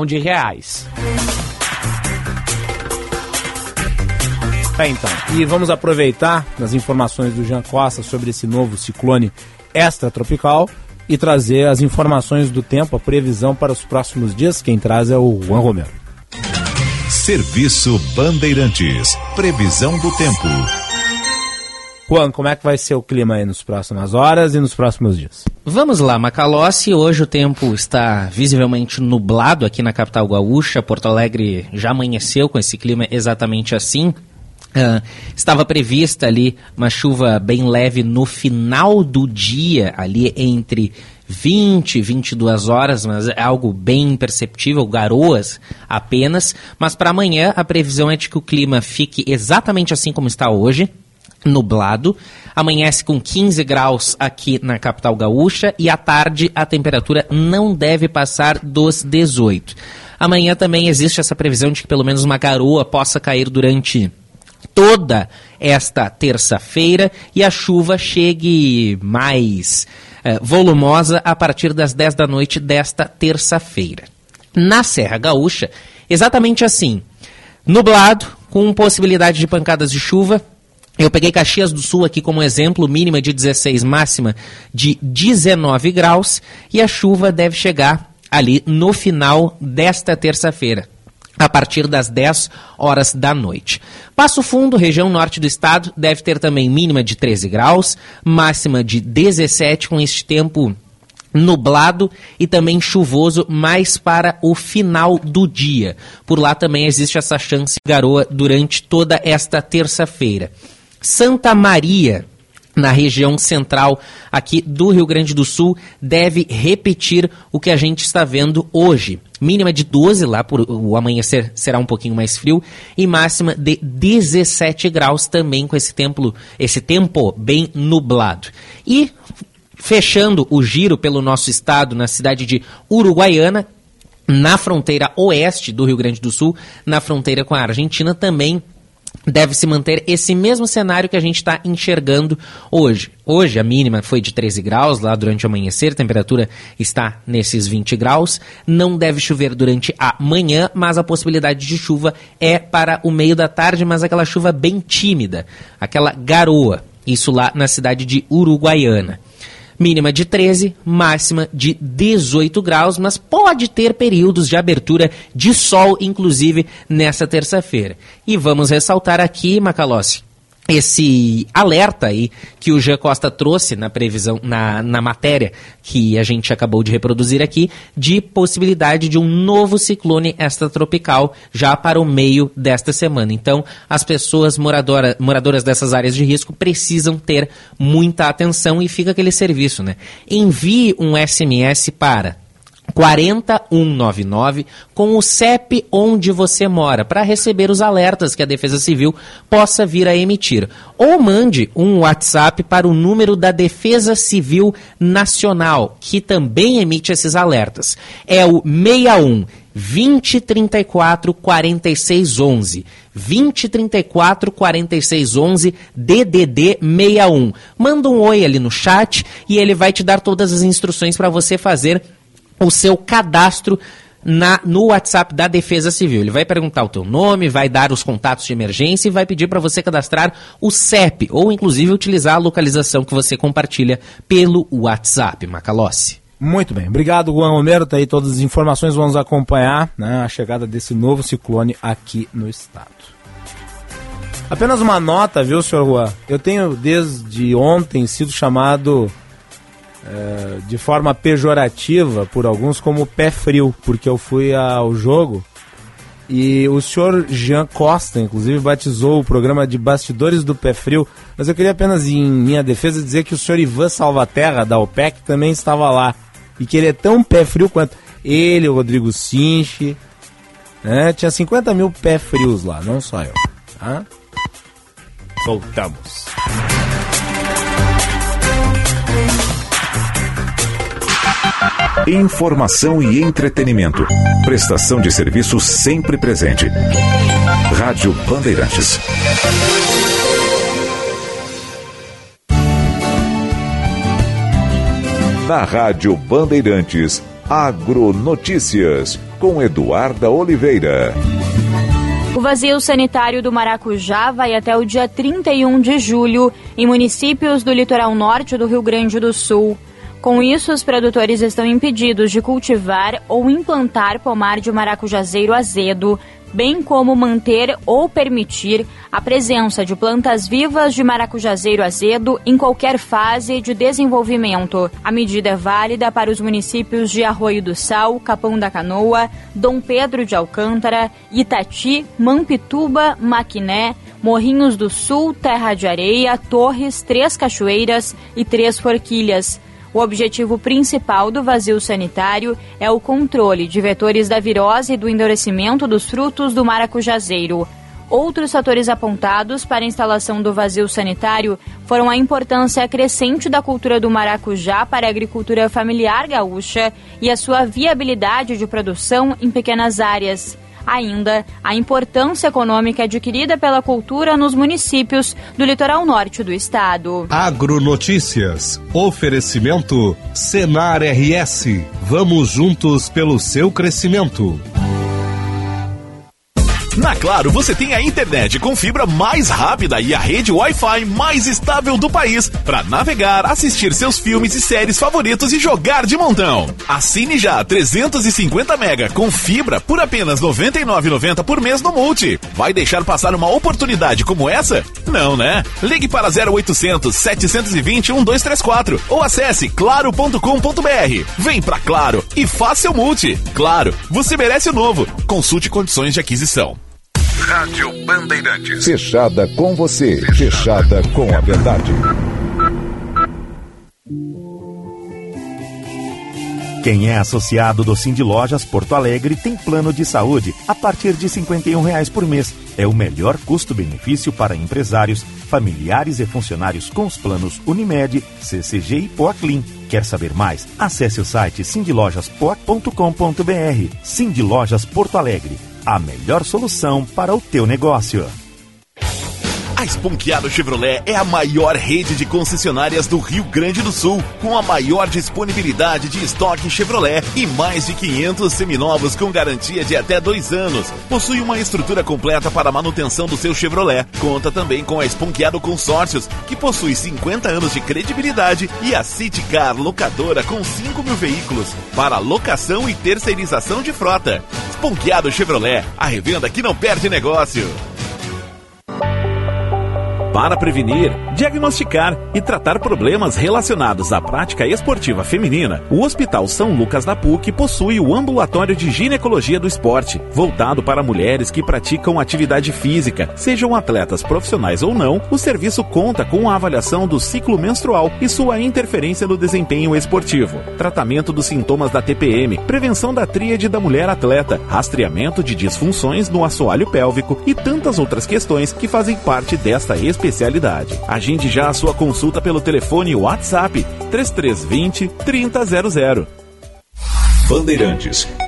Então, e vamos aproveitar as informações do Jean Costa sobre esse novo ciclone extratropical e trazer as informações do tempo, a previsão para os próximos dias. Quem traz é o Juan Romero. Serviço Bandeirantes. Previsão do tempo. Juan, como é que vai ser o clima aí nas próximas horas e nos próximos dias? Vamos lá, Macalossi. Hoje o tempo está visivelmente nublado aqui na capital gaúcha. Porto Alegre já amanheceu com esse clima exatamente assim. Estava prevista ali uma chuva bem leve no final do dia, ali entre 20 e 22 horas, mas é algo bem imperceptível, garoas apenas. Mas para amanhã a previsão é de que o clima fique exatamente assim como está hoje, nublado. Amanhece com 15 graus aqui na capital gaúcha e à tarde a temperatura não deve passar dos 18. Amanhã também existe essa previsão de que pelo menos uma garoa possa cair durante toda esta terça-feira e a chuva chegue mais volumosa a partir das 10 da noite desta terça-feira. Na Serra Gaúcha, exatamente assim, nublado, com possibilidade de pancadas de chuva. Eu peguei Caxias do Sul aqui como exemplo, mínima de 16, máxima de 19 graus, e a chuva deve chegar ali no final desta terça-feira, a partir das 10 horas da noite. Passo Fundo, região norte do estado, deve ter também mínima de 13 graus, máxima de 17, com este tempo nublado e também chuvoso mais para o final do dia. Por lá também existe essa chance de garoa durante toda esta terça-feira. Santa Maria, na região central aqui do Rio Grande do Sul, deve repetir o que a gente está vendo hoje. Mínima de 12, lá por o amanhecer será um pouquinho mais frio, e máxima de 17 graus também com esse tempo bem nublado. E fechando o giro pelo nosso estado, na cidade de Uruguaiana, na fronteira oeste do Rio Grande do Sul, na fronteira com a Argentina, também deve se manter esse mesmo cenário que a gente está enxergando hoje. Hoje a mínima foi de 13 graus lá durante o amanhecer, a temperatura está nesses 20 graus. Não deve chover durante a manhã, mas a possibilidade de chuva é para o meio da tarde, mas aquela chuva bem tímida, aquela garoa. Isso lá na cidade de Uruguaiana. Mínima de 13, máxima de 18 graus, mas pode ter períodos de abertura de sol, inclusive nessa terça-feira. E vamos ressaltar aqui, Macalossi, esse alerta aí que o Jean Costa trouxe na previsão, na matéria que a gente acabou de reproduzir aqui, de possibilidade de um novo ciclone extratropical já para o meio desta semana. Então, as pessoas moradoras dessas áreas de risco precisam ter muita atenção e fica aquele serviço, né? Envie um SMS para 40199 com o CEP onde você mora, para receber os alertas que a Defesa Civil possa vir a emitir. Ou mande um WhatsApp para o número da Defesa Civil Nacional, que também emite esses alertas. É o 61 2034 4611. 2034 4611 DDD 61. Manda um oi ali no chat e ele vai te dar todas as instruções para você fazer o seu cadastro no WhatsApp da Defesa Civil. Ele vai perguntar o teu nome, vai dar os contatos de emergência e vai pedir para você cadastrar o CEP, ou inclusive utilizar a localização que você compartilha pelo WhatsApp, Macalossi. Muito bem, obrigado, Juan Romero, tá aí todas as informações, vamos acompanhar, né, a chegada desse novo ciclone aqui no estado. Apenas uma nota, viu, senhor Juan? Eu tenho desde ontem sido chamado de forma pejorativa por alguns como pé frio, porque eu fui ao jogo e o senhor Jean Costa, inclusive, batizou o programa de Bastidores do Pé Frio, mas eu queria apenas, em minha defesa, dizer que o senhor Ivan Salvaterra, da OPEC, também estava lá, e que ele é tão pé frio quanto ele, o Rodrigo Sinche, né? Tinha 50 mil pé frios lá, não só eu. Tá? Voltamos. Informação e entretenimento. Prestação de serviço sempre presente. Rádio Bandeirantes. Na Rádio Bandeirantes, Agronotícias, com Eduarda Oliveira. O vazio sanitário do Maracujá vai até o dia 31 de julho em municípios do litoral norte do Rio Grande do Sul. Com isso, os produtores estão impedidos de cultivar ou implantar pomar de maracujazeiro azedo, bem como manter ou permitir a presença de plantas vivas de maracujazeiro azedo em qualquer fase de desenvolvimento. A medida é válida para os municípios de Arroio do Sal, Capão da Canoa, Dom Pedro de Alcântara, Itati, Mampituba, Maquiné, Morrinhos do Sul, Terra de Areia, Torres, Três Cachoeiras e Três Forquilhas. O objetivo principal do vazio sanitário é o controle de vetores da virose e do endurecimento dos frutos do maracujazeiro. Outros fatores apontados para a instalação do vazio sanitário foram a importância crescente da cultura do maracujá para a agricultura familiar gaúcha e a sua viabilidade de produção em pequenas áreas. Ainda, a importância econômica adquirida pela cultura nos municípios do litoral norte do estado. Agronotícias. Oferecimento Senar RS. Vamos juntos pelo seu crescimento. Na Claro, você tem a internet com fibra mais rápida e a rede Wi-Fi mais estável do país para navegar, assistir seus filmes e séries favoritos e jogar de montão. Assine já 350 mega com fibra por apenas R$ 99,90 por mês no Multi. Vai deixar passar uma oportunidade como essa? Não, né? Ligue para 0800 720 1234 ou acesse claro.com.br. Vem pra Claro e faça seu Multi. Claro, você merece o novo. Consulte condições de aquisição. Rádio Bandeirantes. Fechada com você. Fechada com a verdade. Quem é associado do Cindy Lojas Porto Alegre tem plano de saúde a partir de R$ 51,00 por mês. É o melhor custo-benefício para empresários, familiares e funcionários com os planos Unimed, CCG e Poaclin. Quer saber mais? Acesse o site cindylojaspoa.com.br. Cindy Lojas Porto Alegre. A melhor solução para o teu negócio. A Esponqueado Chevrolet é a maior rede de concessionárias do Rio Grande do Sul, com a maior disponibilidade de estoque Chevrolet e mais de 500 seminovos com garantia de até 2 anos. Possui uma estrutura completa para a manutenção do seu Chevrolet. Conta também com a Esponqueado Consórcios, que possui 50 anos de credibilidade, e a City Car Locadora com 5 mil veículos para locação e terceirização de frota. Esponqueado Chevrolet, a revenda que não perde negócio. Para prevenir, diagnosticar e tratar problemas relacionados à prática esportiva feminina, o Hospital São Lucas da PUC possui o Ambulatório de Ginecologia do Esporte, voltado para mulheres que praticam atividade física. Sejam atletas profissionais ou não, o serviço conta com a avaliação do ciclo menstrual e sua interferência no desempenho esportivo, tratamento dos sintomas da TPM, prevenção da tríade da mulher atleta, rastreamento de disfunções no assoalho pélvico e tantas outras questões que fazem parte desta especialidade. Agende já a sua consulta pelo telefone WhatsApp 3320-3000. Bandeirantes.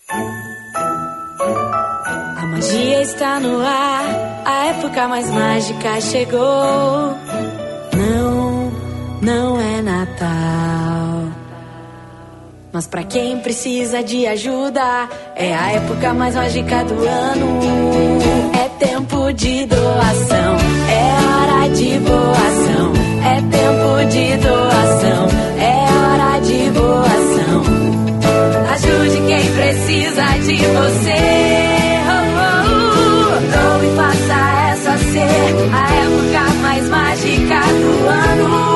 A magia está no ar, a época mais mágica chegou. Não é Natal, mas pra quem precisa de ajuda, é a época mais mágica do ano. É tempo de doação, é hora de doação. É tempo de doação, é hora de doação. Ajude quem precisa de você. Doe e faça essa ser a época mais mágica do ano.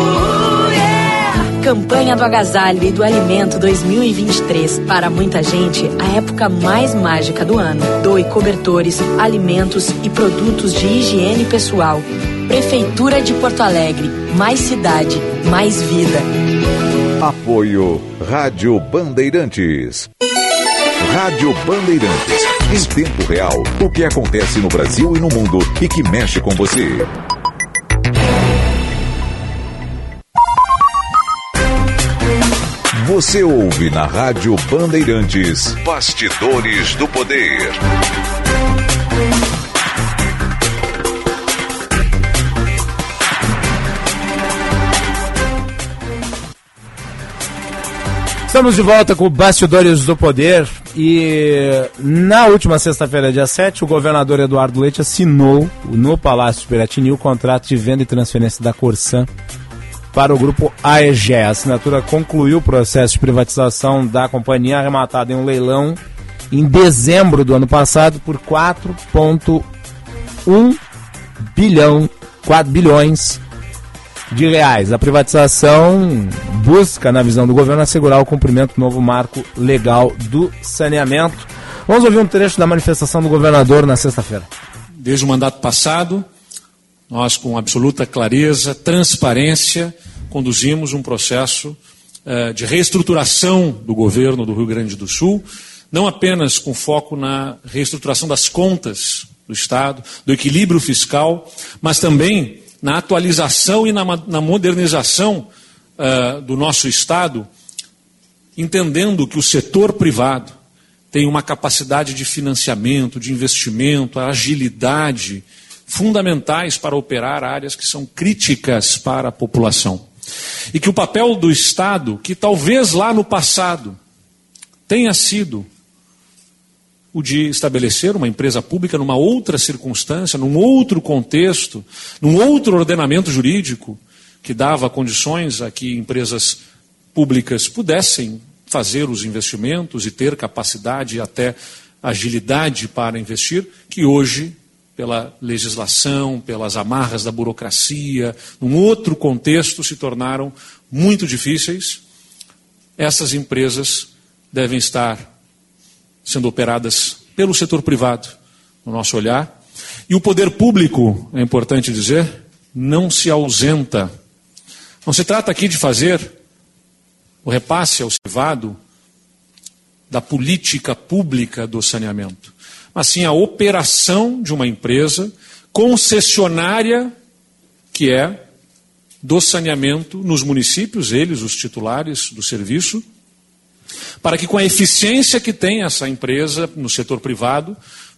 Campanha do Agasalho e do Alimento 2023. Para muita gente, a época mais mágica do ano. Doe cobertores, alimentos e produtos de higiene pessoal. Prefeitura de Porto Alegre. Mais cidade, mais vida. Apoio Rádio Bandeirantes. Rádio Bandeirantes. Em tempo real, o que acontece no Brasil e no mundo e que mexe com você. Você ouve na Rádio Bandeirantes Bastidores do Poder. Estamos de volta com Bastidores do Poder e na última sexta-feira, dia 7, o governador Eduardo Leite assinou no Palácio Piratini o contrato de venda e transferência da Corsan para o grupo AEGE. A assinatura concluiu o processo de privatização da companhia, arrematado em um leilão em dezembro do ano passado por 4,1 bilhões de reais. A privatização busca, na visão do governo, assegurar o cumprimento do novo marco legal do saneamento. Vamos ouvir um trecho da manifestação do governador na sexta-feira. Desde o mandato passado, nós, com absoluta clareza, transparência, conduzimos um processo de reestruturação do governo do Rio Grande do Sul, não apenas com foco na reestruturação das contas do Estado, do equilíbrio fiscal, mas também na atualização e na modernização do nosso Estado, entendendo que o setor privado tem uma capacidade de financiamento, de investimento, agilidade, fundamentais para operar áreas que são críticas para a população. E que o papel do Estado, que talvez lá no passado tenha sido o de estabelecer uma empresa pública numa outra circunstância, num outro contexto, num outro ordenamento jurídico, que dava condições a que empresas públicas pudessem fazer os investimentos e ter capacidade e até agilidade para investir, que hoje, pela legislação, pelas amarras da burocracia, num outro contexto, se tornaram muito difíceis. Essas empresas devem estar sendo operadas pelo setor privado, no nosso olhar. E o poder público, é importante dizer, não se ausenta. Não se trata aqui de fazer o repasse ao privado da política pública do saneamento, mas sim a operação de uma empresa concessionária que é do saneamento nos municípios, eles, os titulares do serviço, para que com a eficiência que tem essa empresa no setor privado,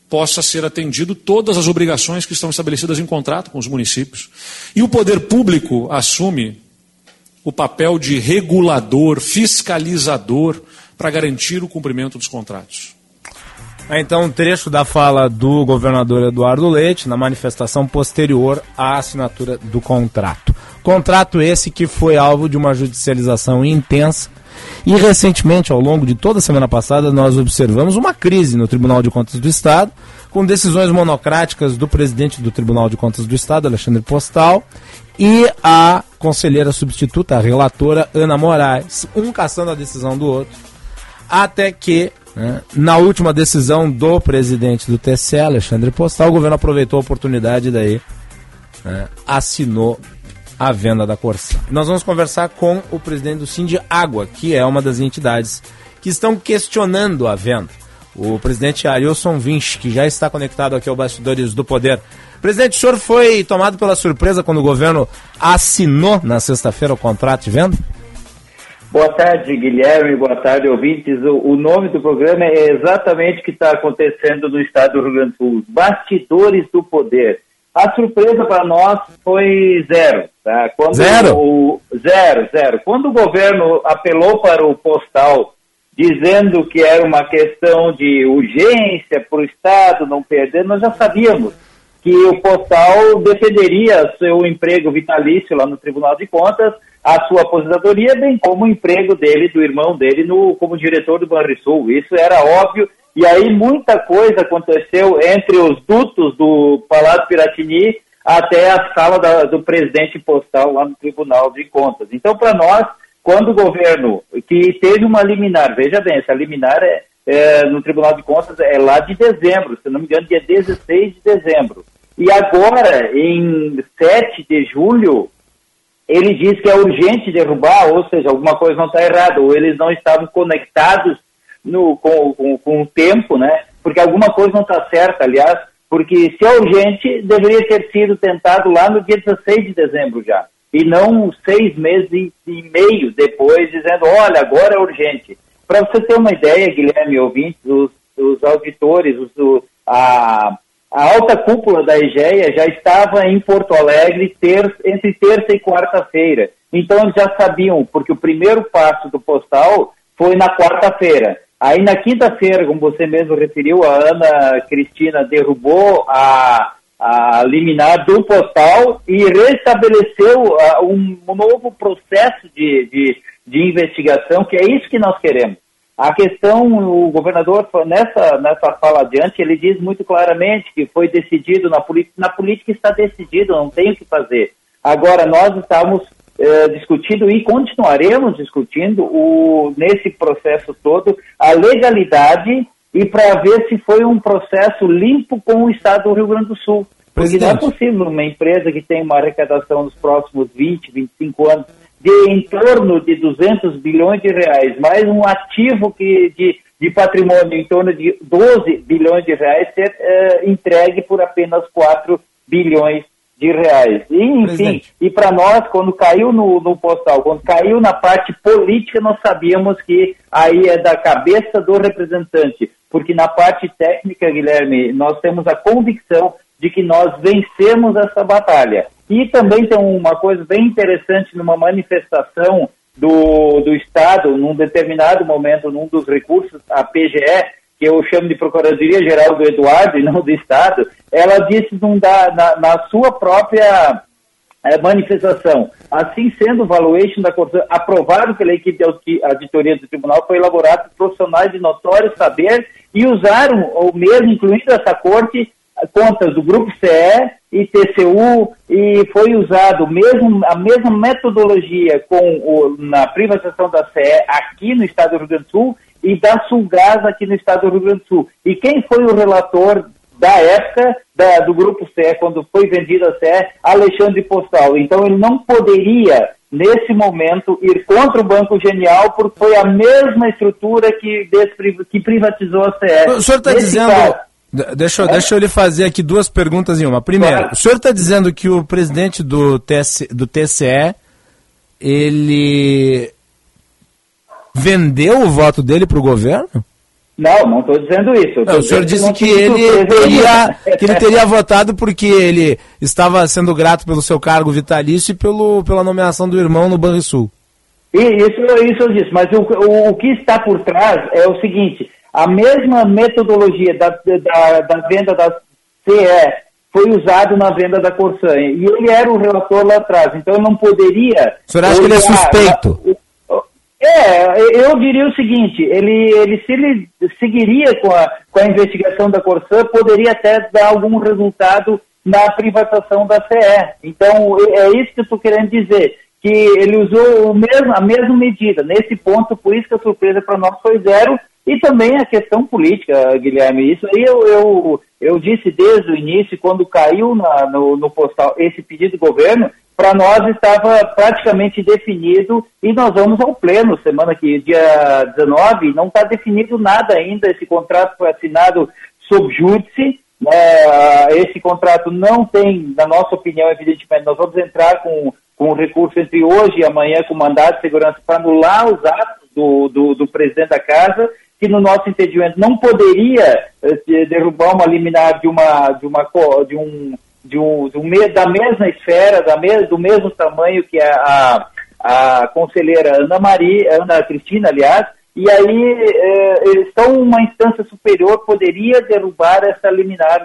possa ser atendido todas as obrigações que estão estabelecidas em contrato com os municípios. E o poder público assume o papel de regulador, fiscalizador, para garantir o cumprimento dos contratos. Então, um trecho da fala do governador Eduardo Leite na manifestação posterior à assinatura do contrato. Contrato esse que foi alvo de uma judicialização intensa. E recentemente, ao longo de toda a semana passada, nós observamos uma crise no Tribunal de Contas do Estado, com decisões monocráticas do presidente do Tribunal de Contas do Estado, Alexandre Postal, e a conselheira substituta, a relatora Ana Moraes, um caçando a decisão do outro, até que, na última decisão do presidente do TCE, Alexandre Postal, o governo aproveitou a oportunidade e daí assinou a venda da Corsã. Nós vamos conversar com o presidente do Sindiágua, que é uma das entidades que estão questionando a venda. O presidente Arilson Vinch, que já está conectado aqui ao Bastidores do Poder. Presidente, o senhor foi tomado pela surpresa quando o governo assinou na sexta-feira o contrato de venda? Boa tarde, Guilherme. Boa tarde, ouvintes. O nome do programa é exatamente o que está acontecendo no estado do Rio Grande do Sul. Bastidores do Poder. A surpresa para nós foi zero. Tá? Zero? Zero. Quando o governo apelou para o Postal, dizendo que era uma questão de urgência para o Estado não perder, nós já sabíamos que o Postal defenderia seu emprego vitalício lá no Tribunal de Contas, a sua aposentadoria, bem como o emprego dele, do irmão dele, como diretor do Banrisul. Isso era óbvio. E aí muita coisa aconteceu entre os dutos do Palácio Piratini até a sala do presidente Postal lá no Tribunal de Contas. Então, para nós, quando o governo, que teve uma liminar, veja bem, essa liminar no Tribunal de Contas é lá de dezembro, se não me engano, dia 16 de dezembro. E agora, em 7 de julho, ele diz que é urgente derrubar, ou seja, alguma coisa não está errada, ou eles não estavam conectados com o tempo, né? Porque alguma coisa não está certa, aliás, porque se é urgente, deveria ter sido tentado lá no dia 16 de dezembro já, e não 6 meses e meio depois, dizendo, olha, agora é urgente. Para você ter uma ideia, Guilherme, ouvintes, os auditores, a alta cúpula da EGEA já estava em Porto Alegre entre terça e quarta-feira. Então eles já sabiam, porque o primeiro passo do Postal foi na quarta-feira. Aí na quinta-feira, como você mesmo referiu, a Ana Cristina derrubou a liminar do Postal e restabeleceu um novo processo de investigação, que é isso que nós queremos. A questão, o governador, nessa fala adiante, ele diz muito claramente que foi decidido na política está decidido, não tem o que fazer. Agora, nós estamos discutindo e continuaremos discutindo nesse processo todo a legalidade e para ver se foi um processo limpo com o Estado do Rio Grande do Sul. Porque não é possível uma empresa que tem uma arrecadação nos próximos 20, 25 anos de em torno de 200 bilhões de reais, mais um ativo de patrimônio em torno de 12 bilhões de reais ser entregue por apenas 4 bilhões de reais. E, enfim, e para nós, quando caiu no Postal, quando caiu na parte política, nós sabíamos que aí é da cabeça do representante, porque na parte técnica, Guilherme, nós temos a convicção de que nós vencemos essa batalha. E também tem uma coisa bem interessante numa manifestação do Estado, num determinado momento, num dos recursos, a PGE, que eu chamo de Procuradoria-Geral do Eduardo e não do Estado, ela disse na sua própria manifestação, assim sendo o valuation da Corsã aprovado pela equipe de auditoria do tribunal, foi elaborado por profissionais de notório saber e usaram, ou mesmo incluindo essa corte, contas do Grupo CE e TCU, e foi usado a mesma metodologia na privatização da CE aqui no estado do Rio Grande do Sul e da Sulgás aqui no estado do Rio Grande do Sul. E quem foi o relator da época do Grupo CE, quando foi vendida a CE? Alexandre Postal. Então ele não poderia, nesse momento, ir contra o Banco Genial, porque foi a mesma estrutura que privatizou a CE. O senhor está dizendo... Deixa eu lhe fazer aqui duas perguntas em uma. Primeiro, o senhor está dizendo que o presidente do TCE, ele vendeu o voto dele para o governo? Não estou dizendo isso. Não, o senhor disse que ele teria votado porque ele estava sendo grato pelo seu cargo vitalício e pela nomeação do irmão no Banrisul. Isso eu disse, mas o que está por trás é o seguinte: a mesma metodologia da venda da CE foi usado na venda da Corsã, e ele era o relator lá atrás, então ele não poderia... O senhor acha que ele é suspeito? Eu diria o seguinte, se ele seguiria com a investigação da Corsã, poderia até dar algum resultado na privatização da CE. Então, é isso que eu estou querendo dizer, que ele usou a mesma medida. Nesse ponto, por isso que a surpresa para nós foi zero, e também a questão política, Guilherme. Isso aí eu disse desde o início, quando caiu no postal esse pedido do governo, para nós estava praticamente definido, e nós vamos ao pleno dia 19, não está definido nada ainda. Esse contrato foi assinado sob júdice, esse contrato não tem, na nossa opinião, evidentemente, nós vamos entrar com um recurso entre hoje e amanhã com mandado de segurança para anular os atos do presidente da casa, que no nosso entendimento não poderia derrubar uma liminar da mesma esfera, do mesmo tamanho que a conselheira Ana Cristina, aliás, e aí então uma instância superior poderia derrubar essa liminar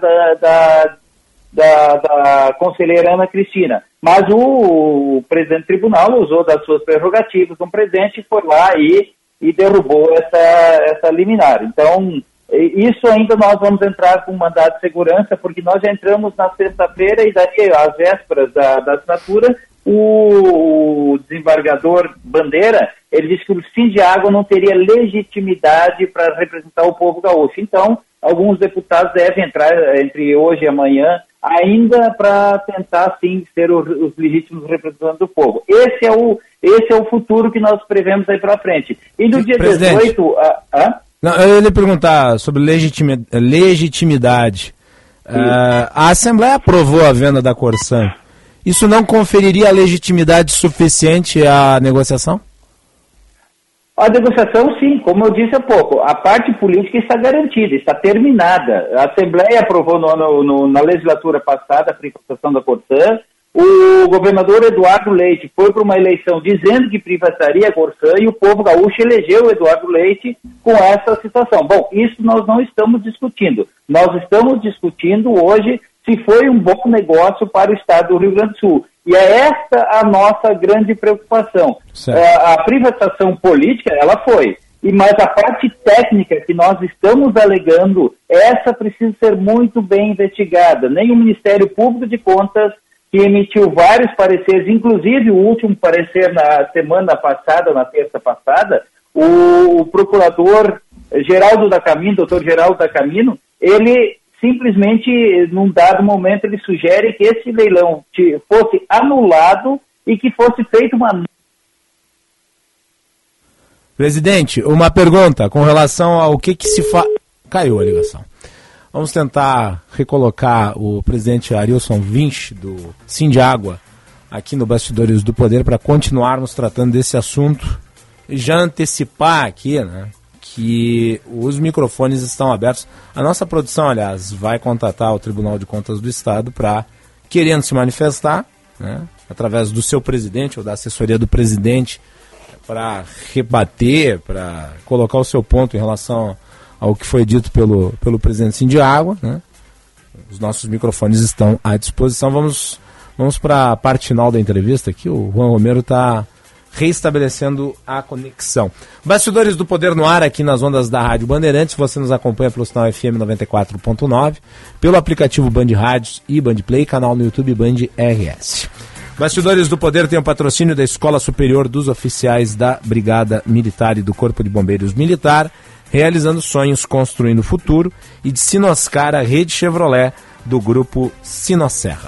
da conselheira Ana Cristina. Mas o presidente do tribunal usou das suas prerrogativas como presidente e foi lá e derrubou essa liminar. Então, isso ainda nós vamos entrar com um mandado de segurança, porque nós já entramos na sexta-feira e daí, às vésperas da assinatura, o desembargador Bandeira, ele disse que o Sindiágua não teria legitimidade para representar o povo gaúcho. Então, alguns deputados devem entrar entre hoje e amanhã ainda para tentar, sim, ser os legítimos representantes do povo. Esse é o futuro que nós prevemos aí para frente. E no dia 18... Não, eu ia lhe perguntar sobre legitimidade. A Assembleia aprovou a venda da Corsã. Isso não conferiria legitimidade suficiente à negociação? A negociação, sim, como eu disse há pouco, a parte política está garantida, está terminada. A Assembleia aprovou na legislatura passada a privatização da Corsã. O governador Eduardo Leite foi para uma eleição dizendo que privatizaria a Corsã e o povo gaúcho elegeu o Eduardo Leite com essa situação. Bom, isso nós não estamos discutindo. Nós estamos discutindo hoje se foi um bom negócio para o estado do Rio Grande do Sul. E é esta a nossa grande preocupação. A privatização política, ela foi. Mas a parte técnica que nós estamos alegando, essa precisa ser muito bem investigada. Nem o Ministério Público de Contas, que emitiu vários pareceres, inclusive o último parecer na semana passada, na terça passada, o procurador Geraldo da Camino, doutor Geraldo da Camino, ele simplesmente, num dado momento, ele sugere que esse leilão fosse anulado e que fosse feita uma... Presidente, uma pergunta com relação ao que se faz... Caiu a ligação. Vamos tentar recolocar o presidente Arilson Vinch, do Sindiágua, aqui no Bastidores do Poder, para continuarmos tratando desse assunto e já antecipar aqui, né, que os microfones estão abertos. A nossa produção, aliás, vai contatar o Tribunal de Contas do Estado para, querendo se manifestar, né, através do seu presidente ou da assessoria do presidente, para rebater, para colocar o seu ponto em relação ao que foi dito pelo presidente Sindiágua, né? Os nossos microfones estão à disposição. Vamos para a parte final da entrevista aqui. O Juan Romero está reestabelecendo a conexão. Bastidores do Poder no ar aqui nas ondas da Rádio Bandeirantes. Você nos acompanha pelo sinal FM 94.9, pelo aplicativo Band Rádios e Band Play, canal no YouTube Band RS. Bastidores do Poder tem o patrocínio da Escola Superior dos Oficiais da Brigada Militar e do Corpo de Bombeiros Militar, realizando sonhos, construindo o futuro, e de Sinoscar, a rede Chevrolet do grupo Sinosserra.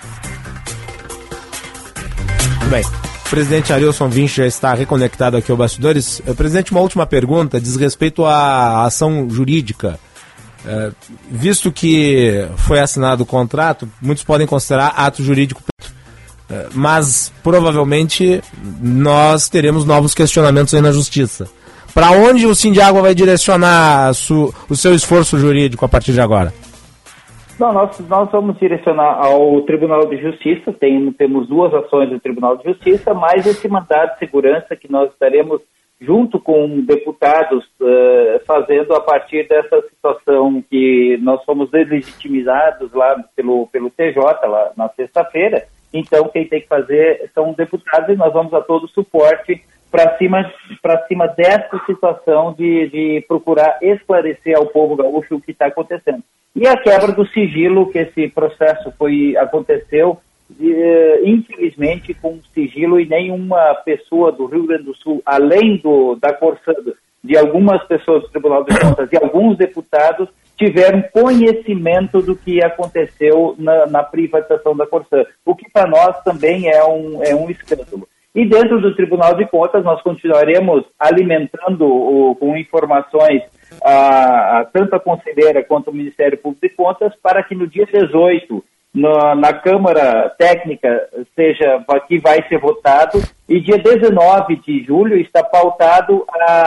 Bem, o presidente Arilson Vinch já está reconectado aqui ao Bastidores. Presidente, uma última pergunta diz respeito à ação jurídica. Visto que foi assinado o contrato, muitos podem considerar ato jurídico, mas provavelmente nós teremos novos questionamentos aí na Justiça. Para onde o Sindiágua vai direcionar o seu esforço jurídico a partir de agora? Não, nós vamos direcionar ao Tribunal de Justiça, temos 2 ações do Tribunal de Justiça, mais esse mandado de segurança que nós estaremos junto com deputados fazendo a partir dessa situação que nós fomos deslegitimizados lá pelo TJ, lá na sexta-feira. Então, quem tem que fazer são deputados e nós vamos a todo suporte para cima dessa situação de procurar esclarecer ao povo gaúcho o que está acontecendo. E a quebra do sigilo, que esse processo aconteceu, infelizmente, com sigilo, e nenhuma pessoa do Rio Grande do Sul, além da Corsã, de algumas pessoas do Tribunal de Contas e alguns deputados, tiveram conhecimento do que aconteceu na privatização da Corsã, o que para nós também é um escândalo. E dentro do Tribunal de Contas nós continuaremos alimentando com informações tanto a conselheira quanto o Ministério Público de Contas para que no dia 18, na Câmara Técnica, que vai ser votado, e dia 19 de julho está pautado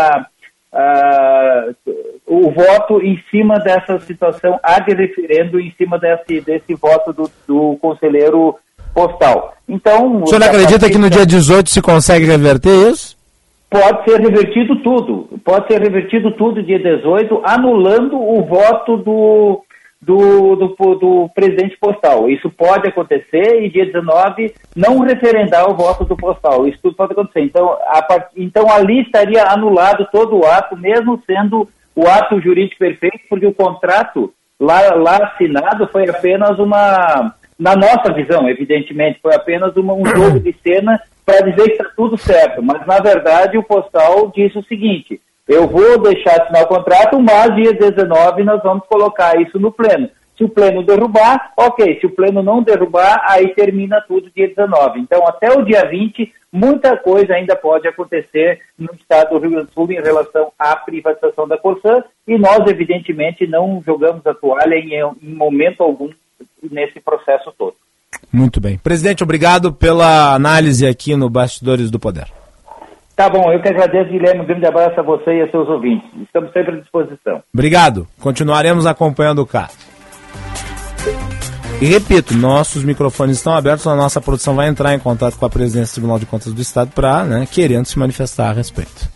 o voto em cima dessa situação, de referendo em cima desse voto do conselheiro postal. Então, o senhor acredita que no dia 18 se consegue reverter isso? Pode ser revertido tudo dia 18, anulando o voto do presidente postal. Isso pode acontecer, e dia 19 não referendar o voto do postal. Isso tudo pode acontecer. Então ali estaria anulado todo o ato, mesmo sendo o ato jurídico perfeito, porque o contrato lá assinado foi apenas na nossa visão, evidentemente, foi apenas um jogo de cena para dizer que está tudo certo. Mas, na verdade, o postal disse o seguinte: eu vou deixar assinar o contrato, mas dia 19 nós vamos colocar isso no pleno. Se o pleno derrubar, ok. Se o pleno não derrubar, aí termina tudo dia 19. Então, até o dia 20, muita coisa ainda pode acontecer no estado do Rio Grande do Sul em relação à privatização da Corsã, e nós, evidentemente, não jogamos a toalha em momento algum nesse processo todo. Muito bem. Presidente, obrigado pela análise aqui no Bastidores do Poder. Tá bom, eu que agradeço, Guilherme. Um grande abraço a você e a seus ouvintes. Estamos sempre à disposição. Obrigado. Continuaremos acompanhando o caso. E repito, nossos microfones estão abertos, a nossa produção vai entrar em contato com a presidência do Tribunal de Contas do Estado para, querendo se manifestar a respeito.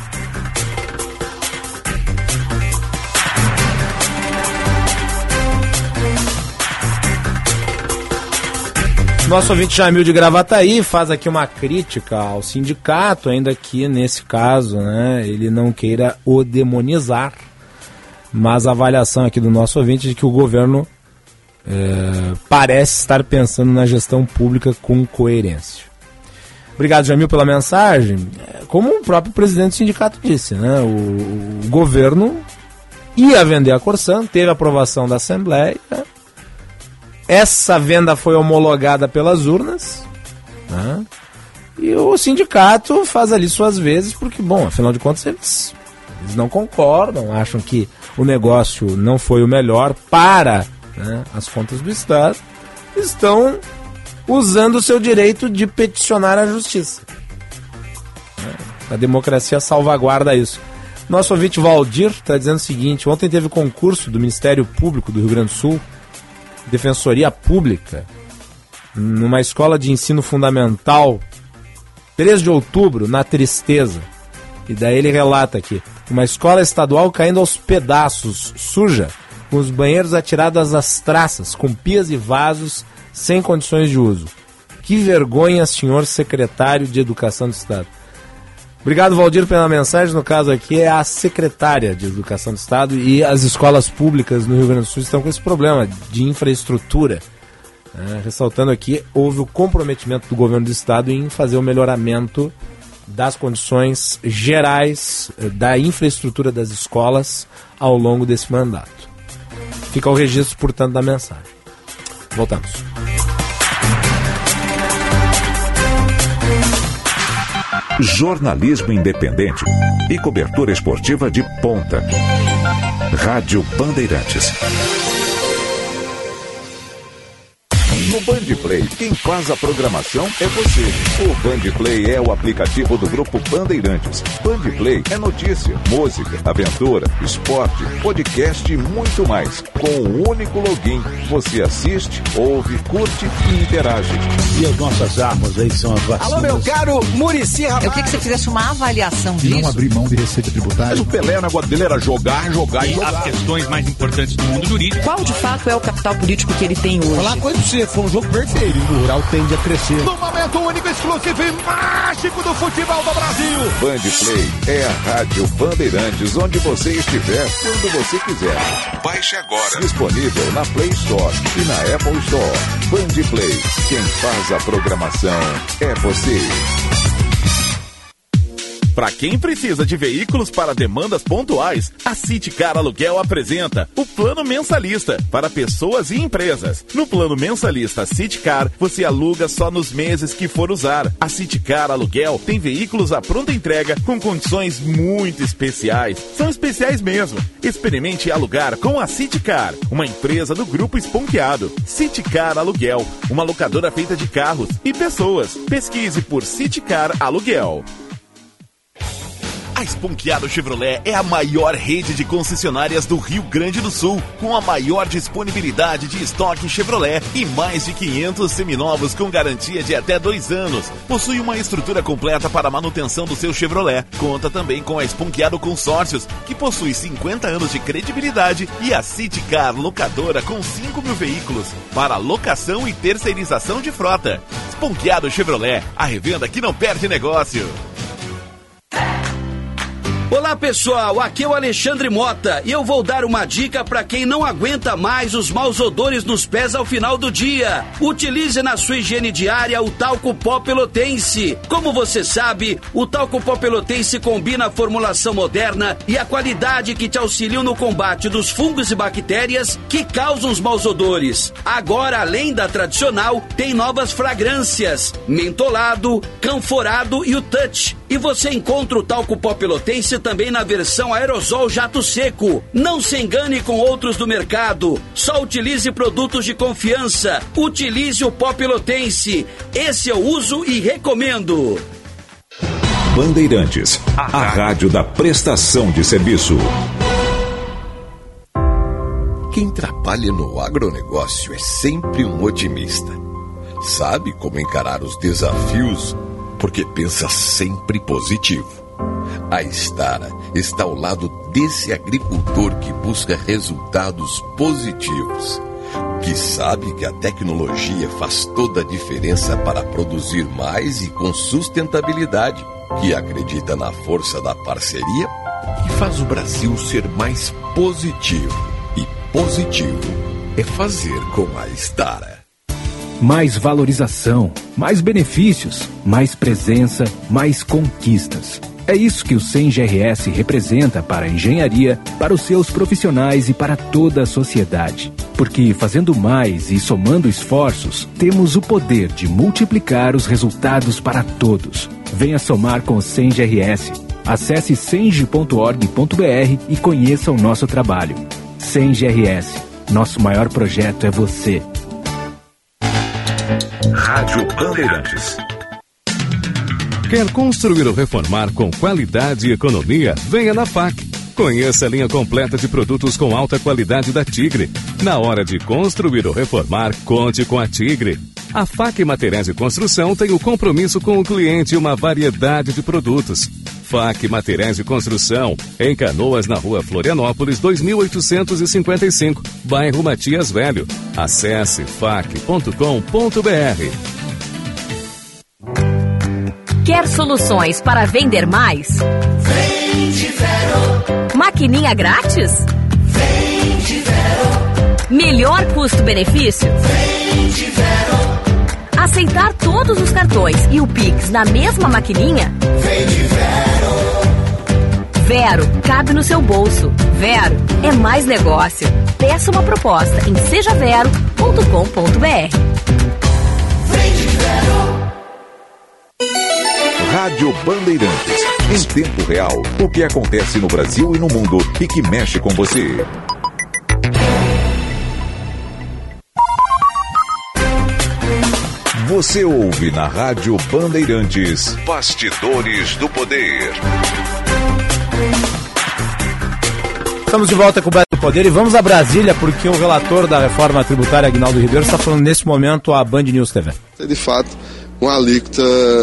Nosso ouvinte Jamil de Gravataí faz aqui uma crítica ao sindicato, ainda que nesse caso, ele não queira o demonizar, mas a avaliação aqui do nosso ouvinte é de que o governo parece estar pensando na gestão pública com coerência. Obrigado, Jamil, pela mensagem. Como o próprio presidente do sindicato disse, o governo ia vender a Corsã, teve aprovação da Assembleia. Essa venda foi homologada pelas urnas, e o sindicato faz ali suas vezes, porque, afinal de contas, eles não concordam, acham que o negócio não foi o melhor para as contas do Estado, estão usando o seu direito de peticionar a justiça. A democracia salvaguarda isso. Nosso ouvinte Valdir está dizendo o seguinte: ontem teve concurso do Ministério Público do Rio Grande do Sul, Defensoria Pública, numa escola de ensino fundamental, 3 de outubro, na Tristeza. E daí ele relata aqui: uma escola estadual caindo aos pedaços, suja, com os banheiros atirados às traças, com pias e vasos sem condições de uso. Que vergonha, senhor secretário de Educação do Estado. Obrigado, Valdir, pela mensagem. No caso aqui é a secretária de Educação do Estado, e as escolas públicas no Rio Grande do Sul estão com esse problema de infraestrutura. Ressaltando aqui, houve o comprometimento do governo do Estado em fazer o melhoramento das condições gerais da infraestrutura das escolas ao longo desse mandato. Fica o registro, portanto, da mensagem. Voltamos. Jornalismo independente e cobertura esportiva de ponta. Rádio Bandeirantes. No Bandplay, quem faz a programação é você. O Bandplay é o aplicativo do Grupo Bandeirantes. Bandplay é notícia, música, aventura, esporte, podcast e muito mais. Com um único login, você assiste, ouve, curte e interage. E as nossas armas aí são as vacinas. Alô, meu caro Muricy Ramalho. Eu queria que você fizesse uma avaliação disso. Não abrir mão de receita tributária. Mas o Pelé, o negócio dele era jogar e jogar. As questões mais importantes do mundo jurídico. Qual de fato é o capital político que ele tem hoje? Falar uma coisa pra você, foi um jogo perfeito. O rural tende a crescer. No momento único, exclusivo e mágico do futebol do Brasil. Bandplay é a Rádio Bandeirantes, onde você estiver, quando você quiser. Baixe agora. Disponível na Play Store e na Apple Store. Bandplay, quem faz a programação é você. Para quem precisa de veículos para demandas pontuais, a Citicar Aluguel apresenta o Plano Mensalista para pessoas e empresas. No Plano Mensalista Citicar, você aluga só nos meses que for usar. A Citicar Aluguel tem veículos à pronta entrega com condições muito especiais. São especiais mesmo. Experimente alugar com a Citicar, uma empresa do Grupo Esponqueado. Citicar Aluguel, uma locadora feita de carros e pessoas. Pesquise por Citicar Aluguel. A Esponqueado Chevrolet é a maior rede de concessionárias do Rio Grande do Sul, com a maior disponibilidade de estoque Chevrolet e mais de 500 seminovos com garantia de até 2 anos. Possui uma estrutura completa para a manutenção do seu Chevrolet. Conta também com a Esponqueado Consórcios, que possui 50 anos de credibilidade, e a Citicar Locadora com 5 mil veículos para locação e terceirização de frota. Esponqueado Chevrolet, a revenda que não perde negócio. Olá pessoal, aqui é o Alexandre Mota e eu vou dar uma dica para quem não aguenta mais os maus odores nos pés ao final do dia. Utilize na sua higiene diária o talco pó pelotense. Como você sabe, o talco pó pelotense combina a formulação moderna e a qualidade que te auxiliam no combate dos fungos e bactérias que causam os maus odores. Agora, além da tradicional, tem novas fragrâncias: mentolado, canforado e o touch. E você encontra o talco pó pelotense também na versão aerosol jato seco. Não se engane com outros do mercado. Só utilize produtos de confiança. Utilize o pó pelotense. Esse eu uso e recomendo. Bandeirantes, a rádio da prestação de serviço. Quem trabalha no agronegócio é sempre um otimista. Sabe como encarar os desafios, porque pensa sempre positivo. A Stara está ao lado desse agricultor que busca resultados positivos, que sabe que a tecnologia faz toda a diferença para produzir mais e com sustentabilidade, que acredita na força da parceria e faz o Brasil ser mais positivo. E positivo é fazer com a Stara. Mais valorização, mais benefícios, mais presença, mais conquistas. É isso que o SEM-GRS representa para a engenharia, para os seus profissionais e para toda a sociedade. Porque fazendo mais e somando esforços, temos o poder de multiplicar os resultados para todos. Venha somar com o SEM-GRS. Acesse senge.org.br e conheça o nosso trabalho. SEM-GRS. Nosso maior projeto é você. Rádio Bandeirantes. Quer construir ou reformar com qualidade e economia? Venha na FAC. Conheça a linha completa de produtos com alta qualidade da Tigre. Na hora de construir ou reformar, conte com a Tigre. A FAC Materiais de Construção tem o compromisso com o cliente e uma variedade de produtos. FAC Materiais de Construção, em Canoas, na Rua Florianópolis, 2855, bairro Matias Velho. Acesse fac.com.br. Quer soluções para vender mais? Vende Vero. Maquininha grátis? Vende Vero. Melhor custo-benefício? Vende Vero. Aceitar todos os cartões e o Pix na mesma maquininha? Vende Vero. Vero, cabe no seu bolso. Vero é mais negócio. Peça uma proposta em sejavero.com.br. Vende Vero. Rádio Bandeirantes. Em tempo real, o que acontece no Brasil e no mundo e que mexe com você. Você ouve na Rádio Bandeirantes Bastidores do Poder. Estamos de volta com o Bastidores do Poder e vamos a Brasília porque o relator da reforma tributária, Aguinaldo Ribeiro, está falando nesse momento à Band News TV. É de fato uma alíquota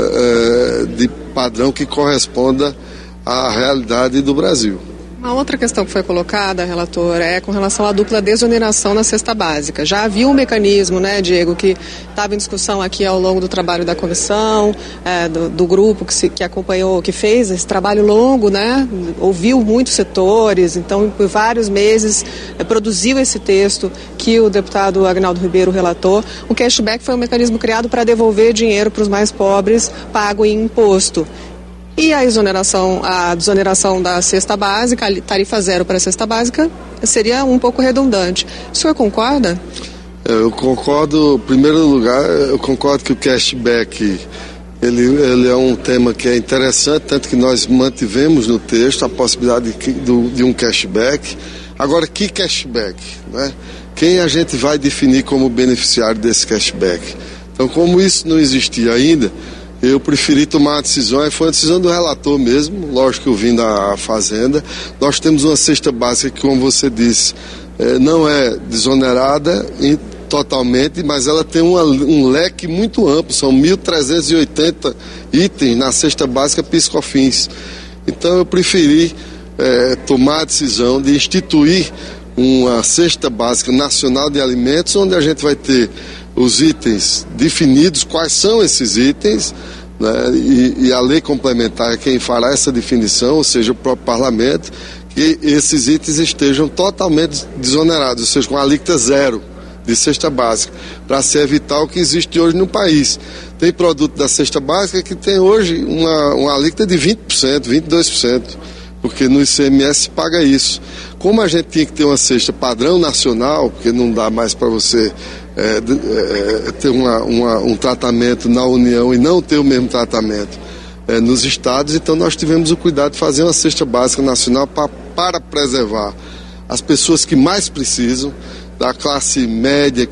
de padrão que corresponda à realidade do Brasil. Uma outra questão que foi colocada, relator, é com relação à dupla desoneração na cesta básica. Já havia um mecanismo, né, Diego, que estava em discussão aqui ao longo do trabalho da comissão, do grupo que acompanhou, que fez esse trabalho longo, né, ouviu muitos setores, então por vários meses produziu esse texto que o deputado Aguinaldo Ribeiro relatou. O cashback foi um mecanismo criado para devolver dinheiro para os mais pobres, pago em imposto. E a desoneração da cesta básica, a tarifa zero para a cesta básica, seria um pouco redundante. O senhor concorda? Eu concordo, em primeiro lugar, eu concordo que o cashback, ele é um tema que é interessante, tanto que nós mantivemos no texto a possibilidade de um cashback. Agora, que cashback, né? Quem a gente vai definir como beneficiário desse cashback? Então, como isso não existia ainda, eu preferi tomar uma decisão, foi uma decisão do relator mesmo, lógico que eu vim da Fazenda. Nós temos uma cesta básica que, como você disse, não é desonerada totalmente, mas ela tem um leque muito amplo, são 1.380 itens na cesta básica PIS/COFINS. Então eu preferi tomar a decisão de instituir uma cesta básica nacional de alimentos, onde a gente vai ter os itens definidos, quais são esses itens, né, e a lei complementar é quem fará essa definição, ou seja, o próprio parlamento, que esses itens estejam totalmente desonerados, ou seja, com alíquota zero de cesta básica, para se evitar o que existe hoje no país. Tem produto da cesta básica que tem hoje uma alíquota de 20%, 22%. Porque no ICMS se paga isso. Como a gente tinha que ter uma cesta padrão nacional, porque não dá mais para você ter um tratamento na União e não ter o mesmo tratamento nos estados, então nós tivemos o cuidado de fazer uma cesta básica nacional para preservar as pessoas que mais precisam, da classe média,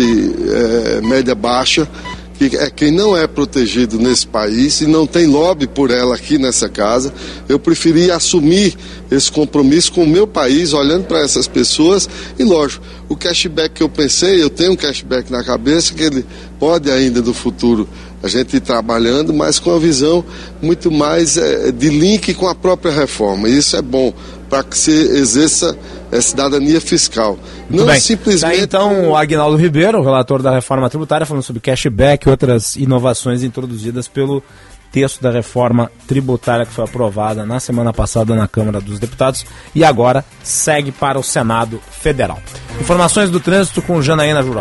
média baixa, que é quem não é protegido nesse país e não tem lobby por ela aqui nessa casa. Eu preferi assumir esse compromisso com o meu país, olhando para essas pessoas. E lógico, o cashback que eu pensei, eu tenho um cashback na cabeça que ele pode ainda no futuro a gente ir trabalhando, mas com a visão muito mais de link com a própria reforma. E isso é bom para que se exerça cidadania fiscal. Muito não bem. Simplesmente... Tá, então, o Aguinaldo Ribeiro, o relator da reforma tributária, falando sobre cashback e outras inovações introduzidas pelo texto da reforma tributária que foi aprovada na semana passada na Câmara dos Deputados e agora segue para o Senado Federal. Informações do trânsito com Janaína Juró.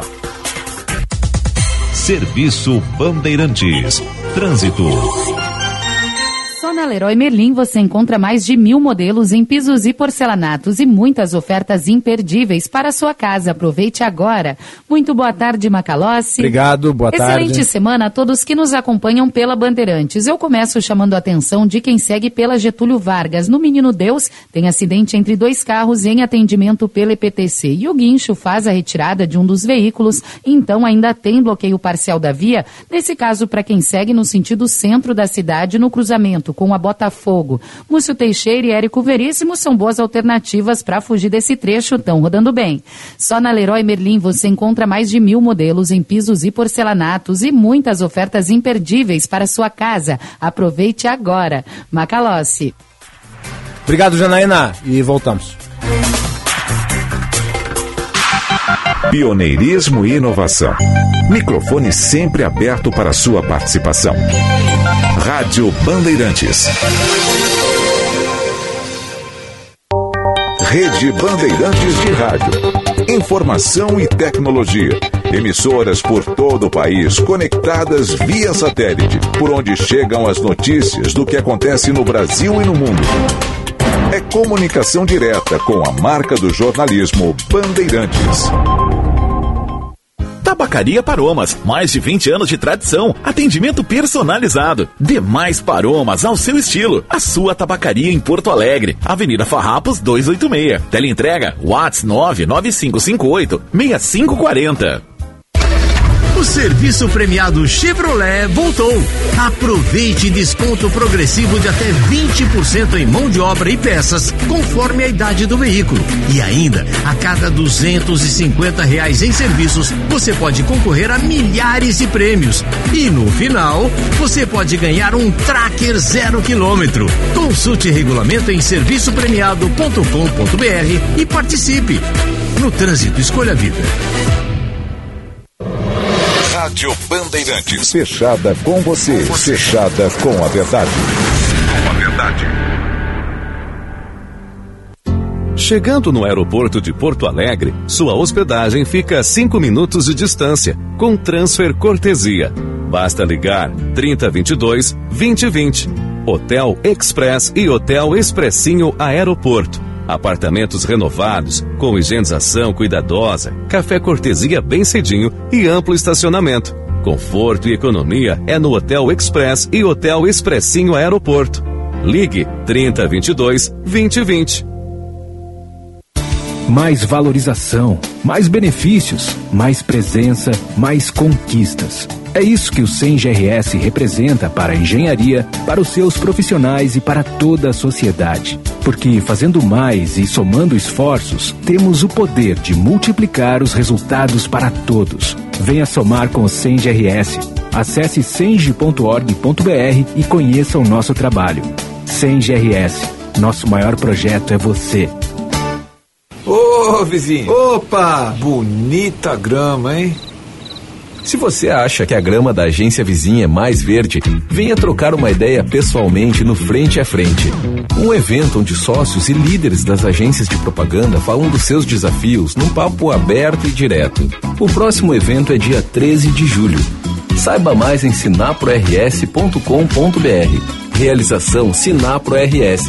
Serviço Bandeirantes. Trânsito. Só na Leroy Merlin você encontra mais de 1.000 modelos em pisos e porcelanatos e muitas ofertas imperdíveis para a sua casa. Aproveite agora. Muito boa tarde, Macalossi. Obrigado, boa tarde. Excelente semana a todos que nos acompanham pela Bandeirantes. Eu começo chamando a atenção de quem segue pela Getúlio Vargas. No Menino Deus, tem acidente entre dois carros em atendimento pela EPTC. E o guincho faz a retirada de um dos veículos, então ainda tem bloqueio parcial da via. Nesse caso, para quem segue no sentido centro da cidade, no cruzamento com a Botafogo. Múcio Teixeira e Érico Veríssimo são boas alternativas para fugir desse trecho, estão rodando bem. Só na Leroy Merlin você encontra mais de 1.000 modelos em pisos e porcelanatos e muitas ofertas imperdíveis para sua casa. Aproveite agora. Macalossi. Obrigado, Janaína, e voltamos. Pioneirismo e inovação. Microfone sempre aberto para sua participação. Rádio Bandeirantes. Rede Bandeirantes de Rádio. Informação e tecnologia. Emissoras por todo o país conectadas via satélite, por onde chegam as notícias do que acontece no Brasil e no mundo. É comunicação direta com a marca do jornalismo Bandeirantes. Tabacaria Paromas, mais de 20 anos de tradição, atendimento personalizado, demais Paromas ao seu estilo. A sua tabacaria em Porto Alegre, Avenida Farrapos 286. Teleentrega WhatsApp 99558-6540. O serviço premiado Chevrolet voltou. Aproveite desconto progressivo de até 20% em mão de obra e peças, conforme a idade do veículo. E ainda, a cada R$250 em serviços, você pode concorrer a milhares de prêmios. E no final, você pode ganhar um Tracker 0 km. Consulte regulamento em serviçopremiado.com.br e participe. No trânsito, escolha a vida. Rádio Bandeirantes. Fechada com você. Fechada com a verdade. Com a verdade. Chegando no aeroporto de Porto Alegre, sua hospedagem fica a 5 minutos de distância, com transfer cortesia. Basta ligar 3022-2020. Hotel Express e Hotel Expressinho Aeroporto. Apartamentos renovados, com higienização cuidadosa, café cortesia bem cedinho e amplo estacionamento. Conforto e economia é no Hotel Express e Hotel Expressinho Aeroporto. Ligue 3022-2020. Mais valorização, mais benefícios, mais presença, mais conquistas. É isso que o SENGRS representa para a engenharia, para os seus profissionais e para toda a sociedade. Porque fazendo mais e somando esforços, temos o poder de multiplicar os resultados para todos. Venha somar com o SENGRS. Acesse senge.org.br e conheça o nosso trabalho. SENGRS. Nosso maior projeto é você. Ô, vizinho. Opa! Bonita grama, hein? Se você acha que a grama da agência vizinha é mais verde, venha trocar uma ideia pessoalmente no Frente a Frente. Um evento onde sócios e líderes das agências de propaganda falam dos seus desafios num papo aberto e direto. O próximo evento é dia 13 de julho. Saiba mais em sinaprors.com.br. Realização Sinapro RS.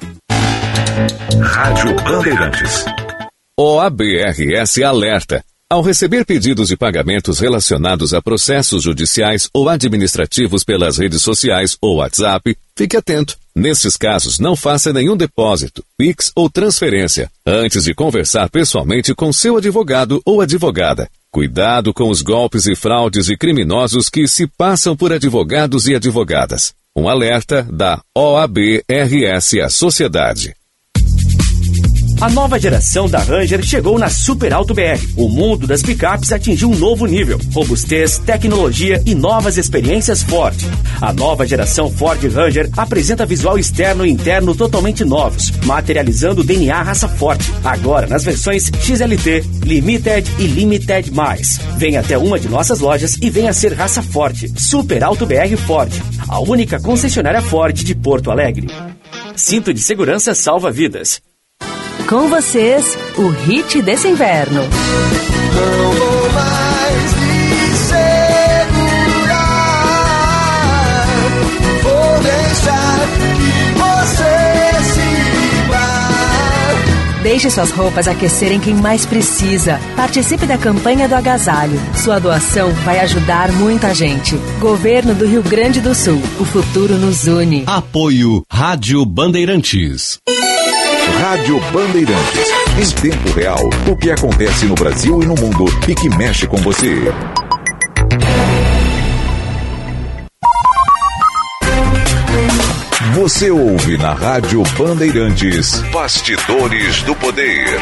Rádio Bandeirantes. OAB-RS alerta. Ao receber pedidos de pagamentos relacionados a processos judiciais ou administrativos pelas redes sociais ou WhatsApp, fique atento. Nesses casos, não faça nenhum depósito, Pix ou transferência, antes de conversar pessoalmente com seu advogado ou advogada. Cuidado com os golpes e fraudes de criminosos que se passam por advogados e advogadas. Um alerta da OAB-RS à sociedade. A nova geração da Ranger chegou na Super Alto BR. O mundo das picapes atingiu um novo nível. Robustez, tecnologia e novas experiências Ford. A nova geração Ford Ranger apresenta visual externo e interno totalmente novos, materializando o DNA raça forte. Agora nas versões XLT, Limited e Limited+. Venha até uma de nossas lojas e venha ser raça forte. Super Alto BR Ford. A única concessionária Ford de Porto Alegre. Cinto de segurança salva vidas. Com vocês, o hit desse inverno. Não vou mais me segurar. Vou deixar que você se vá. Deixe suas roupas aquecerem quem mais precisa. Participe da campanha do agasalho. Sua doação vai ajudar muita gente. Governo do Rio Grande do Sul. O futuro nos une. Apoio Rádio Bandeirantes. Rádio Bandeirantes. Em tempo real, o que acontece no Brasil e no mundo e que mexe com você. Você ouve na Rádio Bandeirantes Bastidores do Poder.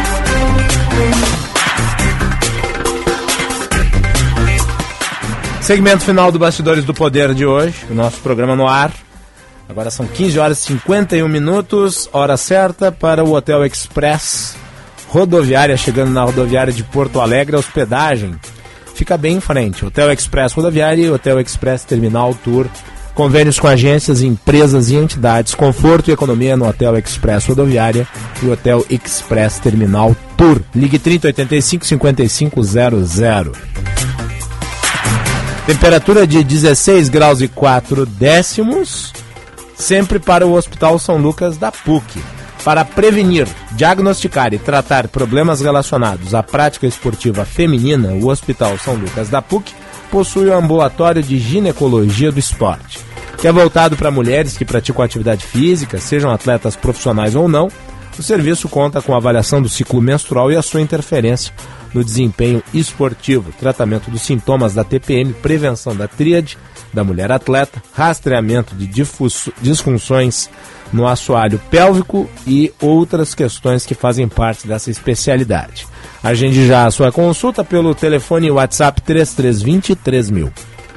Segmento final do Bastidores do Poder de hoje, o nosso programa no ar. Agora são 15 horas e 51 minutos, hora certa para o Hotel Express Rodoviária, chegando na rodoviária de Porto Alegre. A hospedagem fica bem em frente. Hotel Express Rodoviária e Hotel Express Terminal Tour. Convênios com agências, empresas e entidades. Conforto e economia no Hotel Express Rodoviária e Hotel Express Terminal Tour. Ligue 3085-5500. Temperatura de 16 graus e 4 décimos. Sempre para o Hospital São Lucas da PUC. Para prevenir, diagnosticar e tratar problemas relacionados à prática esportiva feminina, o Hospital São Lucas da PUC possui um ambulatório de ginecologia do esporte, que é voltado para mulheres que praticam atividade física, sejam atletas profissionais ou não. O serviço conta com a avaliação do ciclo menstrual e a sua interferência no desempenho esportivo, tratamento dos sintomas da TPM, prevenção da tríade da mulher atleta, rastreamento de disfunções no assoalho pélvico e outras questões que fazem parte dessa especialidade. Agende já a sua consulta pelo telefone WhatsApp 3320 3000.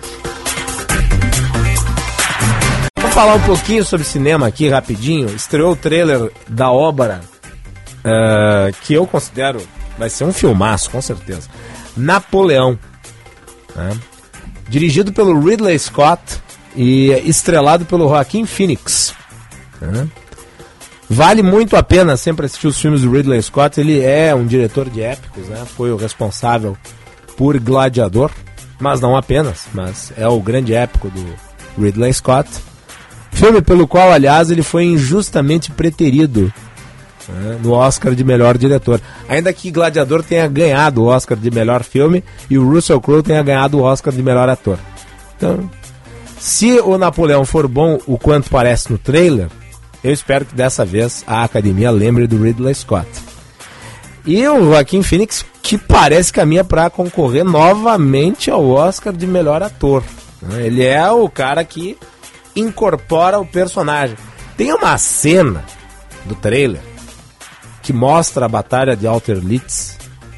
Vamos falar um pouquinho sobre cinema aqui rapidinho. Estreou o trailer da obra que eu considero vai ser um filmaço, com certeza. Napoleão, né? Dirigido pelo Ridley Scott e estrelado pelo Joaquin Phoenix, né? Vale muito a pena sempre assistir os filmes do Ridley Scott. Ele é um diretor de épicos, né? Foi o responsável por Gladiador, mas não apenas, mas é o grande épico do Ridley Scott. Filme pelo qual, aliás, ele foi injustamente preterido, né, no Oscar de melhor diretor. Ainda que Gladiador tenha ganhado o Oscar de melhor filme e o Russell Crowe tenha ganhado o Oscar de melhor ator. Então, se o Napoleão for bom o quanto parece no trailer, eu espero que dessa vez a academia lembre do Ridley Scott. E o Joaquin Phoenix, que parece caminha para concorrer novamente ao Oscar de melhor ator. Ele é o cara que incorpora o personagem. Tem uma cena do trailer que mostra a batalha de Austerlitz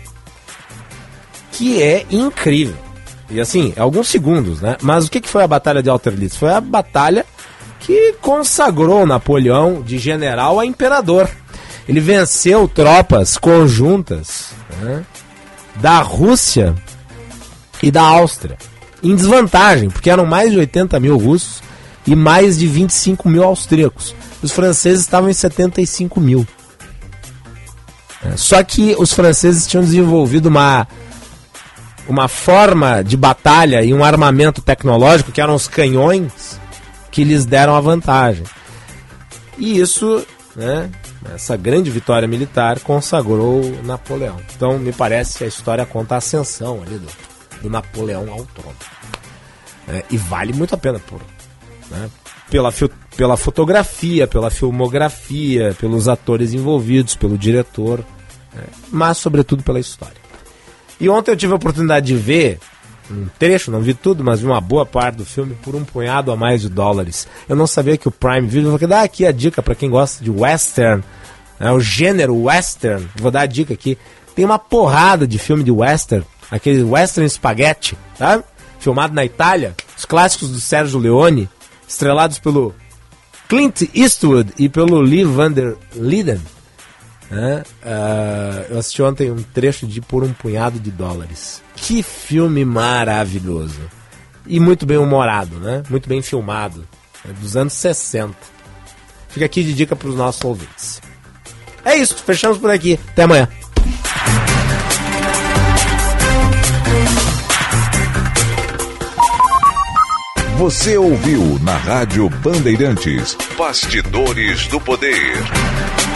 que é incrível. E assim, alguns segundos, né? Mas o que foi a batalha de Austerlitz? Foi a batalha que consagrou Napoleão de general a imperador. Ele venceu tropas conjuntas, né, da Rússia e da Áustria, em desvantagem, porque eram mais de 80 mil russos e mais de 25 mil austríacos. Os franceses estavam em 75 mil. Só que os franceses tinham desenvolvido uma forma de batalha e um armamento tecnológico, que eram os canhões, que lhes deram a vantagem. E isso, né, essa grande vitória militar consagrou Napoleão. Então me parece que a história conta a ascensão ali do Napoleão ao trono. E vale muito a pena né, pela fotografia, pela filmografia, pelos atores envolvidos, pelo diretor, né, mas sobretudo pela história. E ontem eu tive a oportunidade de ver um trecho, não vi tudo, mas vi uma boa parte do filme por um punhado a mais de $. Eu não sabia que o Prime Video, vou dar aqui a dica para quem gosta de western, né, o gênero western, vou dar a dica aqui. Tem uma porrada de filme de western, aquele western spaghetti, tá? Filmado na Itália, os clássicos do Sergio Leone, estrelados pelo Clint Eastwood e pelo Lee Van der Linden. Eu assisti ontem um trecho de Por um Punhado de $. Que filme maravilhoso. E muito bem humorado, né? Muito bem filmado. Dos anos 60. Fica aqui de dica para os nossos ouvintes. É isso, fechamos por aqui. Até amanhã. Você ouviu na Rádio Bandeirantes Bastidores do Poder.